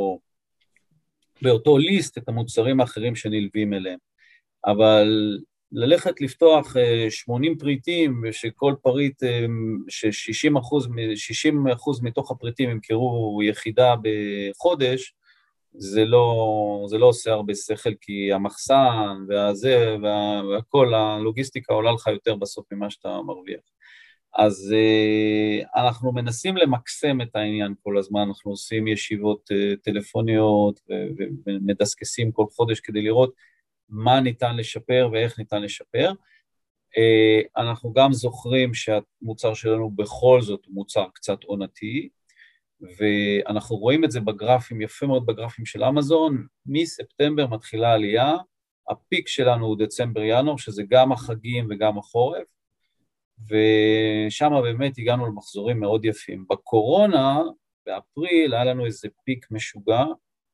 [SPEAKER 4] באותו ליסט את המוצרים האחרים שנלווים אליהם. אבל ללכת לפתוח שמונים פריטים, שכל פריט, ש-שישים אחוז, שישים אחוז מתוך הפריטים ימכרו יחידה בחודש, זה לא, זה לא עושה הרבה שכל, כי המחסן והזה והכל, הלוגיסטיקה עולה לך יותר בסוף ממה שאתה מרוויח. אז אנחנו מנסים למקסם את העניין כל הזמן, אנחנו עושים ישיבות טלפוניות ומדסקסים כל חודש כדי לראות מה ניתן לשפר ואיך ניתן לשפר. אנחנו גם זוכרים שהמוצר שלנו בכל זאת הוא מוצר קצת עונתי, ואנחנו רואים את זה בגרפים, יפה מאוד בגרפים של אמזון, מספטמבר מתחילה עלייה, הפיק שלנו הוא דצמבר-ינואר, שזה גם החגים וגם החורף, ושם באמת הגענו למחזורים מאוד יפים. בקורונה, באפריל, היה לנו איזה פיק משוגע,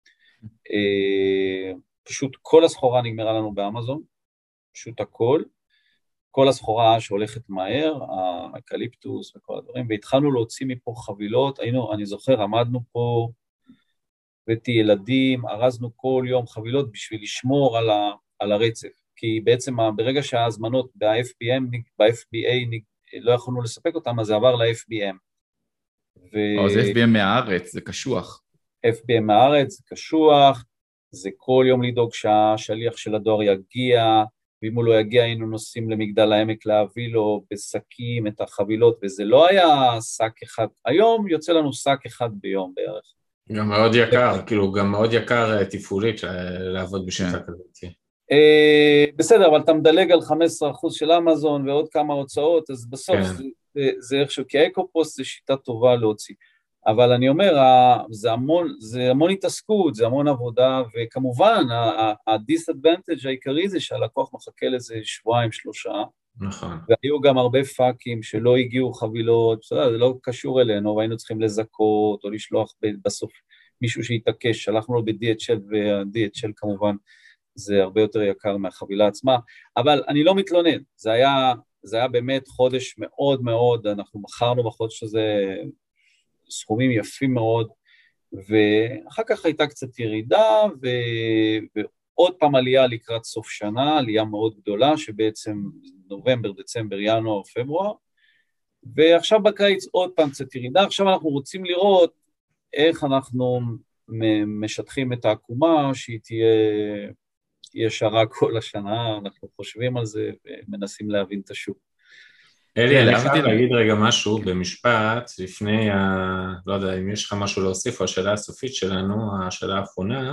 [SPEAKER 4] פשוט כל הסחורה נגמרה לנו באמזון, פשוט הכל, כל הסחורה שהולכת מהר, האקליפטוס וכל הדברים, והתחלנו להוציא מפה חבילות, היינו, אני זוכר, עמדנו פה, הבאתי ילדים, ארזנו כל יום חבילות בשביל לשמור על, ה, על הרצף, כי בעצם ברגע שההזמנות ב-F B M, ב-F B A לא יכולנו לספק אותם, אז זה עבר ל-F B M.
[SPEAKER 2] ו... או, זה F B M מהארץ, זה קשוח.
[SPEAKER 4] F B M מהארץ, זה קשוח, זה כל יום לדאוג שהשליח של הדואר יגיע, ואם הוא לא יגיע, היינו נוסעים למגדל העמק להביא לו בסקים את החבילות, וזה לא היה סק אחד, היום יוצא לנו סק אחד ביום בערך.
[SPEAKER 3] גם מאוד יקר, כאילו גם מאוד יקר תפעולית לעבוד בשיטה כזאת.
[SPEAKER 4] בסדר, אבל אתה מדלג על חמישה עשר אחוז של אמזון ועוד כמה הוצאות, אז בסוף זה איכשהו, כי האקופוסט זה שיטה טובה להוציא. אבל אני אומר, זה המון, זה המון התעסקות, זה המון עבודה, וכמובן, הדיסאדוונטג' העיקרי זה שהלקוח מחכה לזה שבועיים, שלושה,
[SPEAKER 3] נכון.
[SPEAKER 4] והיו גם הרבה פאקים שלא הגיעו חבילות, זה לא קשור אלינו, והיינו צריכים לזכות, או לשלוח בסוף מישהו שיתעקש, שלחנו לו ב-די אייץ' אל, וה-די אייץ' אל כמובן, זה הרבה יותר יקר מהחבילה עצמה, אבל אני לא מתלונן, זה היה, זה היה באמת חודש מאוד מאוד, אנחנו בחרנו בחודש הזה, סכומים יפים מאוד, ואחר כך הייתה קצת ירידה, ו... ועוד פעם עלייה לקראת סוף שנה, עלייה מאוד גדולה, שבעצם נובמבר, דצמבר, ינואר, פברואר, ועכשיו בקיץ עוד פעם קצת ירידה, עכשיו אנחנו רוצים לראות איך אנחנו משטחים את העקומה, שהיא תהיה ישרה כל השנה, אנחנו חושבים על זה, ומנסים להבין את השוק.
[SPEAKER 3] אלי, אני חייב להגיד רגע משהו במשפט, לפני, ה... לא יודע, אם יש לך משהו להוסיף, או השאלה הסופית שלנו, השאלה האחרונה,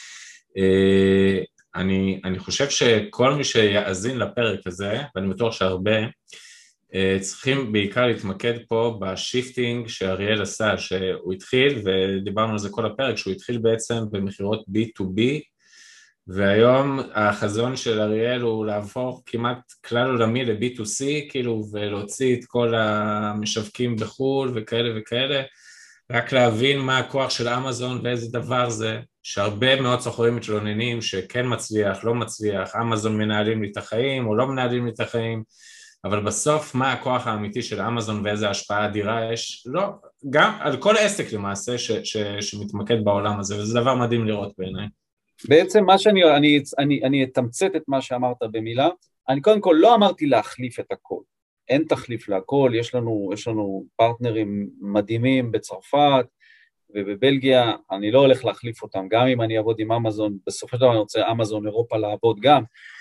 [SPEAKER 3] אני, אני חושב שכל מי שיאזין לפרק הזה, ואני בטוח שהרבה, צריכים בעיקר להתמקד פה בשיפטינג שאריאל עשה, שהוא התחיל, ודיברנו על זה כל הפרק, שהוא התחיל בעצם במחירות בי טו בי, והיום החזון של אריאל הוא לעבור כמעט כלל עולמי ל-בי טו סי, כאילו, ולהוציא את כל המשווקים בחול וכאלה וכאלה, רק להבין מה הכוח של אמזון ואיזה דבר זה, שהרבה מאוד סוחרים מתלוננים שכן מצליח, לא מצליח, אמזון מנהלים לי את החיים או לא מנהלים לי את החיים, אבל בסוף מה הכוח האמיתי של אמזון ואיזה השפעה אדירה יש, לא, גם על כל עסק למעשה ש, ש, שמתמקד בעולם הזה, וזה דבר מדהים לראות בעיניי.
[SPEAKER 4] בעצם מה שאני, אני, אני, אני אתמצת את מה שאמרת במילה, אני קודם כל לא אמרתי להחליף את הכל, אין תחליף להכל, יש לנו, יש לנו פרטנרים מדהימים בצרפת ובבלגיה, אני לא הולך להחליף אותם, גם אם אני אעבוד עם אמזון, בסופו של דבר אני רוצה אמזון אירופה לעבוד גם,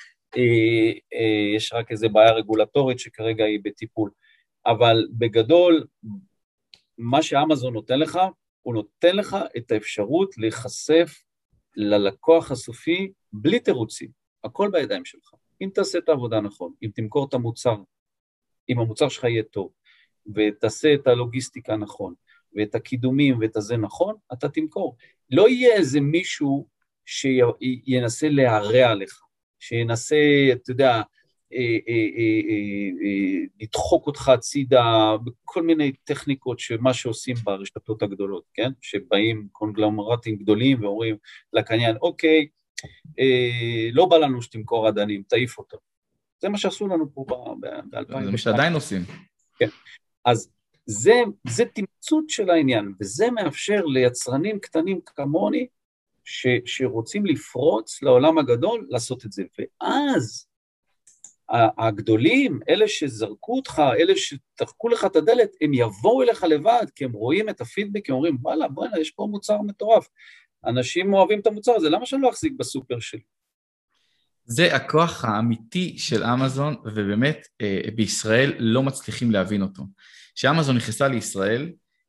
[SPEAKER 4] יש רק איזו בעיה רגולטורית שכרגע היא בטיפול, אבל בגדול, מה שאמזון נותן לך, הוא נותן לך את האפשרות להיחשף ללקוח הסופי בלי תירוצים, הכל בידיים שלך, אם תעשה את העבודה נכון, אם תמכור את המוצר, אם המוצר שלך יהיה טוב, ותעשה את הלוגיסטיקה נכון, ואת הקידומים ואת הזה נכון, אתה תמכור. לא יהיה איזה מישהו שינסה להרע עליך, שינסה, אתה יודע, לדחוק אותך הצידה, בכל מיני טכניקות שמה שעושים ברשתות הגדולות, כן? שבאים קונגלומרטים גדולים ואומרים לקניין, אוקיי, לא בא לנו שתמכור עדנים, תעיף אותו. זה מה שעשו לנו פה ב-אלפיים.
[SPEAKER 2] זה מה שעדיין עושים.
[SPEAKER 4] כן, אז זה, זה תמצות של העניין, וזה מאפשר ליצרנים קטנים כמוני, ש, שרוצים לפרוץ לעולם הגדול, לעשות את זה. ואז הגדולים, אלה שזרקו אותך, אלה שתחקו לך את הדלת, הם יבואו אליך לבד, כי הם רואים את הפידבק, הם אומרים, וואלה, בוא'נה, יש פה מוצר מטורף. אנשים אוהבים את המוצר הזה, למה שאני לא אחזיק בסופר שלי?
[SPEAKER 2] זה הכוח האמיתי של אמזון, ובאמת בישראל לא מצליחים להבין אותו. כשאמזון נכנסה לישראל,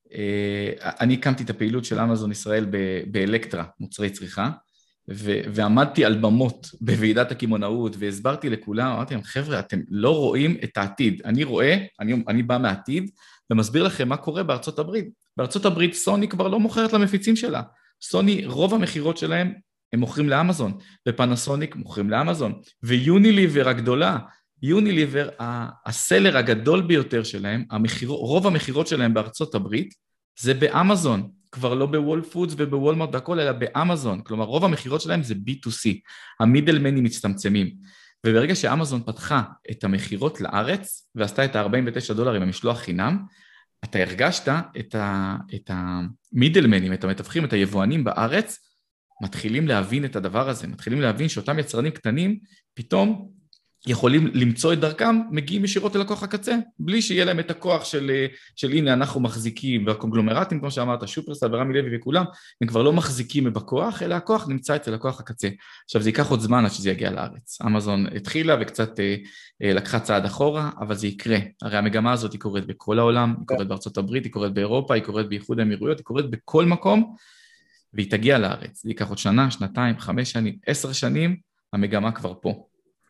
[SPEAKER 2] אני הקמתי את הפעילות של אמזון ישראל באלקטרה, מוצרי צריכה, ועמדתי על במות בוועידת הקמעונאות, והסברתי לכולם, אמרתי להם, חבר'ה, אתם לא רואים את העתיד. אני רואה, אני, אני בא מהעתיד, ומסביר לכם מה קורה בארצות הברית. בארצות הברית סוני כבר לא מוכרת למפיצים שלה. סוני, רוב המחירות שלהם, הם מוכרים לאמזון, ופנסוניק מוכרים לאמזון, ויוניליבר הגדולה, יוניליבר, הסלר הגדול ביותר שלהם, המחיר, רוב המחירות שלהם בארצות הברית, זה באמזון, כבר לא בוול פודס ובוולמרט והכל, אלא באמזון, כלומר רוב המחירות שלהם זה בי טו סי, המידלמנים מצטמצמים, וברגע שאמזון פתחה את המחירות לארץ, ועשתה את ה-ארבעים ותשעה דולר עם המשלוח חינם, אתה הרגשת את, ה, את המידלמנים, את המתווכים, את היבואנים בארץ, מתחילים להבין את הדבר הזה, מתחילים להבין שאותם יצרנים קטנים, פתאום יכולים למצוא את דרכם, מגיעים ישירות ללקוח הקצה, בלי שיהיה להם את הכוח של, של הנה אנחנו מחזיקים, והקונגלומרטים, כמו שאמרת, שופרסל ורמי לוי וכולם, הם כבר לא מחזיקים בכוח, אלא הכוח נמצא אצל לקוח הקצה. עכשיו זה ייקח עוד זמן עד שזה יגיע לארץ. אמזון התחילה וקצת אה, אה, לקחה צעד אחורה, אבל זה יקרה. הרי המגמה הזאת היא קורית בכל העולם, היא קורית בארצות הברית, היא קורית באירופה, היא קורית באיחוד האמירויות, היא קורית בכל מקום, והיא תגיע לארץ. זה ייקח עוד שנה, שנתיים, חמש שנים, עשר שנים, המגמה כבר פה.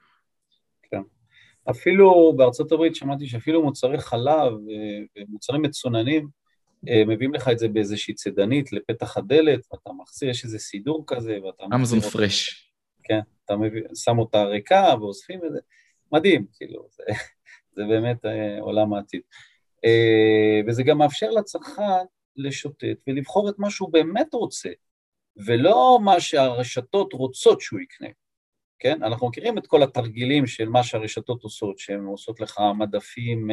[SPEAKER 4] אפילו בארצות הברית שמעתי שאפילו מוצרי חלב ומוצרים מצוננים, מביאים לך את זה באיזושהי צדנית לפתח הדלת, ואתה מחזיר, יש איזה סידור כזה, ואתה
[SPEAKER 2] אמזון פרש.
[SPEAKER 4] כן, אתה מביא, שם אותה ריקה ואוספים את זה, מדהים, כאילו, זה, זה באמת עולם העתיד. וזה גם מאפשר לצרכן לשוטט ולבחור את מה שהוא באמת רוצה, ולא מה שהרשתות רוצות שהוא יקנה. כן? אנחנו מכירים את כל התרגילים של מה שהרשתות עושות, שהן עושות לך מדפים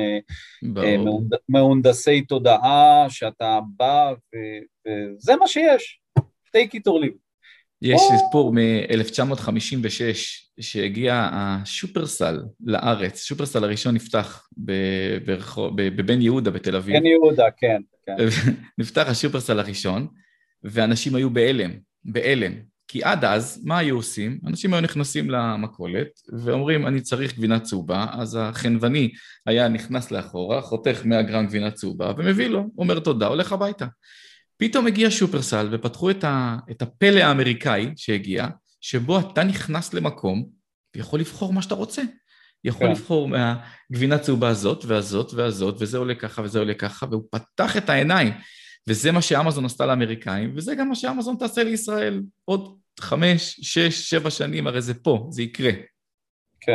[SPEAKER 4] מהונדסי תודעה, שאתה בא, וזה מה שיש, take it or leave.
[SPEAKER 2] יש סיפור מ-אלף תשע מאות חמישים ושש, שהגיע השופרסל לארץ, שופרסל הראשון נפתח בבן יהודה בתל אביב.
[SPEAKER 4] בן יהודה, כן.
[SPEAKER 2] נפתח השופרסל הראשון, ואנשים היו באלם, באלם. כי עד אז, מה היו עושים? אנשים היו נכנסים למכולת, ואומרים, אני צריך גבינה צהובה, אז החנווני היה נכנס לאחורה, חותך מאה גרם גבינה צהובה, ומביא לו, אומר תודה, הולך הביתה. פתאום הגיע שופרסל, ופתחו את, ה, את הפלא האמריקאי שהגיע, שבו אתה נכנס למקום, ויכול לבחור מה שאתה רוצה. יכול כן. לבחור מהגבינה צהובה הזאת, והזאת, והזאת, וזה עולה ככה, וזה עולה ככה, והוא פתח את העיניים, וזה מה שאמזון עשתה לאמריקאים, וזה גם מה שאמזון תעשה לישראל, עוד חמש, שש, שבע שנים, הרי זה פה, זה יקרה.
[SPEAKER 4] כן.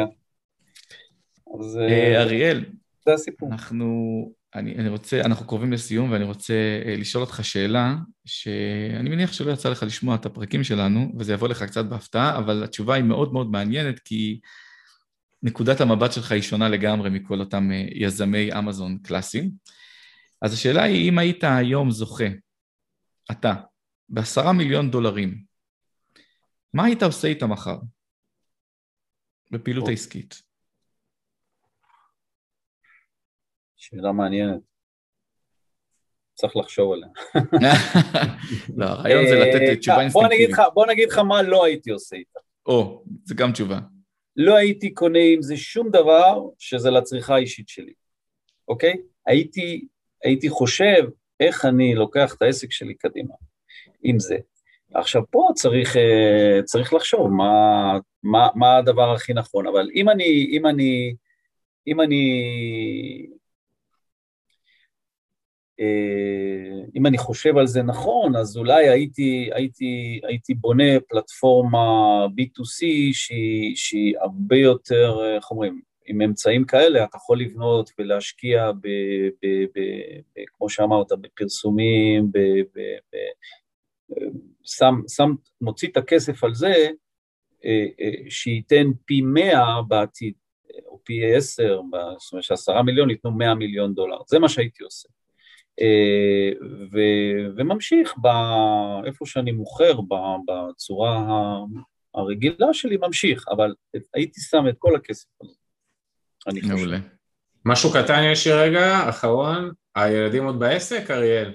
[SPEAKER 2] אז... אריאל,
[SPEAKER 4] זה הסיפור.
[SPEAKER 2] אנחנו, אני, אני רוצה, אנחנו קרובים לסיום, ואני רוצה לשאול אותך שאלה, שאני מניח שלא יצא לך לשמוע את הפרקים שלנו, וזה יבוא לך קצת בהפתעה, אבל התשובה היא מאוד מאוד מעניינת, כי נקודת המבט שלך היא שונה לגמרי מכל אותם יזמי אמזון קלאסיים. אז השאלה היא, אם היית היום זוכה, אתה, בעשרה מיליון דולרים, מה היית עושה איתה מחר? בפעילות העסקית.
[SPEAKER 4] שאלה מעניינת. צריך לחשוב עליה.
[SPEAKER 2] לא, הרעיון זה לתת תשובה אינסטינקטיבית.
[SPEAKER 4] בוא נגיד לך מה לא הייתי עושה איתה.
[SPEAKER 2] או, זה גם תשובה.
[SPEAKER 4] לא הייתי קונה עם זה שום דבר שזה לצריכה האישית שלי. אוקיי? הייתי, הייתי חושב איך אני לוקח את העסק שלי קדימה. עם זה. עכשיו פה צריך, צריך לחשוב מה, מה, מה הדבר הכי נכון, אבל אם אני, אם אני, אם אני, אם אני חושב על זה נכון, אז אולי הייתי, הייתי, הייתי בונה פלטפורמה בי טו סי שהיא, שהיא הרבה יותר, איך אומרים, עם אמצעים כאלה, אתה יכול לבנות ולהשקיע ב, ב, ב, ב, כמו שאמרת, בפרסומים, ב, ב, ב, שם, שם, מוציא את הכסף על זה, שייתן פי מאה בעתיד, או פי עשר, זאת אומרת שעשרה מיליון ייתנו מאה מיליון דולר, זה מה שהייתי עושה. ו- וממשיך באיפה שאני מוכר, בצורה הרגילה שלי ממשיך, אבל הייתי שם את כל הכסף הזה, אני חושב. מעולה.
[SPEAKER 3] משהו קטן יש לי רגע, אחרון, הילדים עוד בעסק, אריאל?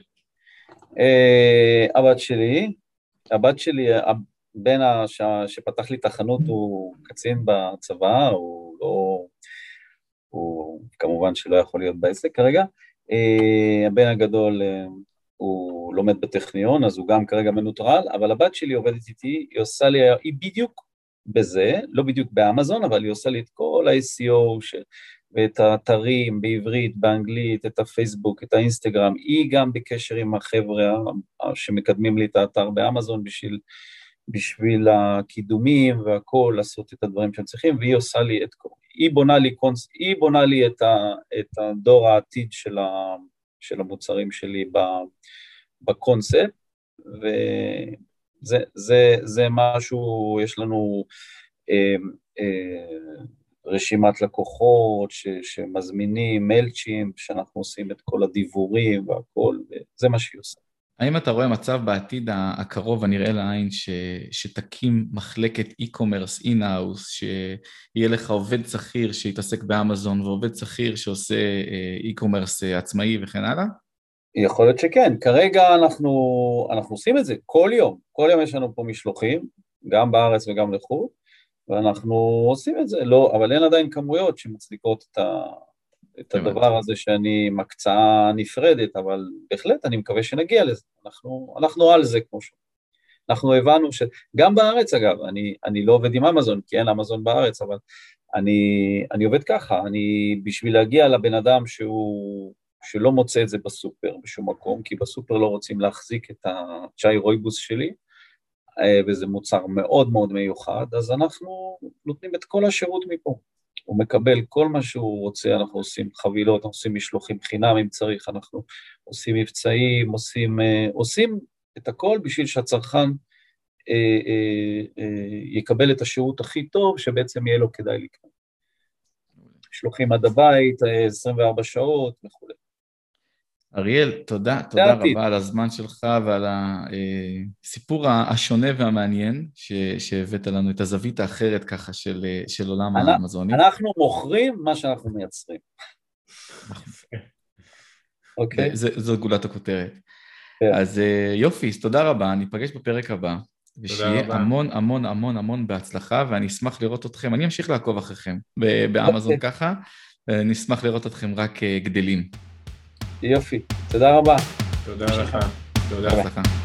[SPEAKER 4] הבת שלי, הבת שלי, הבן שפתח לי את החנות הוא קצין בצבא, הוא לא, הוא כמובן שלא יכול להיות בעסק כרגע, הבן הגדול הוא לומד בטכניון, אז הוא גם כרגע מנוטרל, אבל הבת שלי עובדת איתי, היא עושה לי, היא בדיוק בזה, לא בדיוק באמזון, אבל היא עושה לי את כל ה-אס אי או של... ואת האתרים בעברית, באנגלית, את הפייסבוק, את האינסטגרם, היא גם בקשר עם החבר'ה שמקדמים לי את האתר באמזון בשביל, בשביל הקידומים והכל, לעשות את הדברים שהם צריכים, והיא עושה לי את כל, היא בונה לי, קונס, היא בונה לי את, ה, את הדור העתיד של, ה, של המוצרים שלי בקונספט, וזה זה, זה משהו, יש לנו אה, אה, רשימת לקוחות ש, שמזמינים, מיילצ'ים, שאנחנו עושים את כל הדיבורים והכל, וזה מה שהיא עושה.
[SPEAKER 2] האם אתה רואה מצב בעתיד הקרוב הנראה לעין ש, שתקים מחלקת e-commerce in-house, שיהיה לך עובד שכיר שיתעסק באמזון, ועובד שכיר שעושה e-commerce עצמאי וכן הלאה?
[SPEAKER 4] יכול להיות שכן, כרגע אנחנו, אנחנו עושים את זה כל יום, כל יום יש לנו פה משלוחים, גם בארץ וגם לחו"ל, ואנחנו עושים את זה, לא, אבל אין עדיין כמויות שמצדיקות את, ה, את הדבר הזה שאני מקצאה נפרדת, אבל בהחלט אני מקווה שנגיע לזה, אנחנו, אנחנו על זה כמו שהוא. אנחנו הבנו שגם בארץ אגב, אני, אני לא עובד עם אמזון, כי אין אמזון בארץ, אבל אני, אני עובד ככה, אני בשביל להגיע לבן אדם שהוא, שלא מוצא את זה בסופר בשום מקום, כי בסופר לא רוצים להחזיק את הצ'אי רויבוס שלי, וזה מוצר מאוד מאוד מיוחד, אז אנחנו נותנים את כל השירות מפה. הוא מקבל כל מה שהוא רוצה, אנחנו עושים חבילות, אנחנו עושים משלוחים חינם אם צריך, אנחנו עושים מבצעים, עושים, עושים את הכל בשביל שהצרכן אה, אה, אה, יקבל את השירות הכי טוב, שבעצם יהיה לו כדאי לקנות. משלוחים עד הבית, עשרים וארבע שעות וכו'.
[SPEAKER 2] אריאל, תודה, תודה רבה על הזמן שלך ועל הסיפור השונה והמעניין שהבאת לנו את הזווית האחרת ככה של, של עולם האמזוני.
[SPEAKER 4] אנחנו מוכרים מה שאנחנו מייצרים.
[SPEAKER 2] אוקיי. זו גולת הכותרת. אז יופי, אז תודה רבה, ניפגש בפרק הבא, ושיהיה המון המון המון המון בהצלחה, ואני אשמח לראות אתכם, אני אמשיך לעקוב אחריכם באמזון ככה, ונשמח לראות אתכם רק גדלים.
[SPEAKER 4] יופי, תודה רבה.
[SPEAKER 3] תודה לך. תודה לך.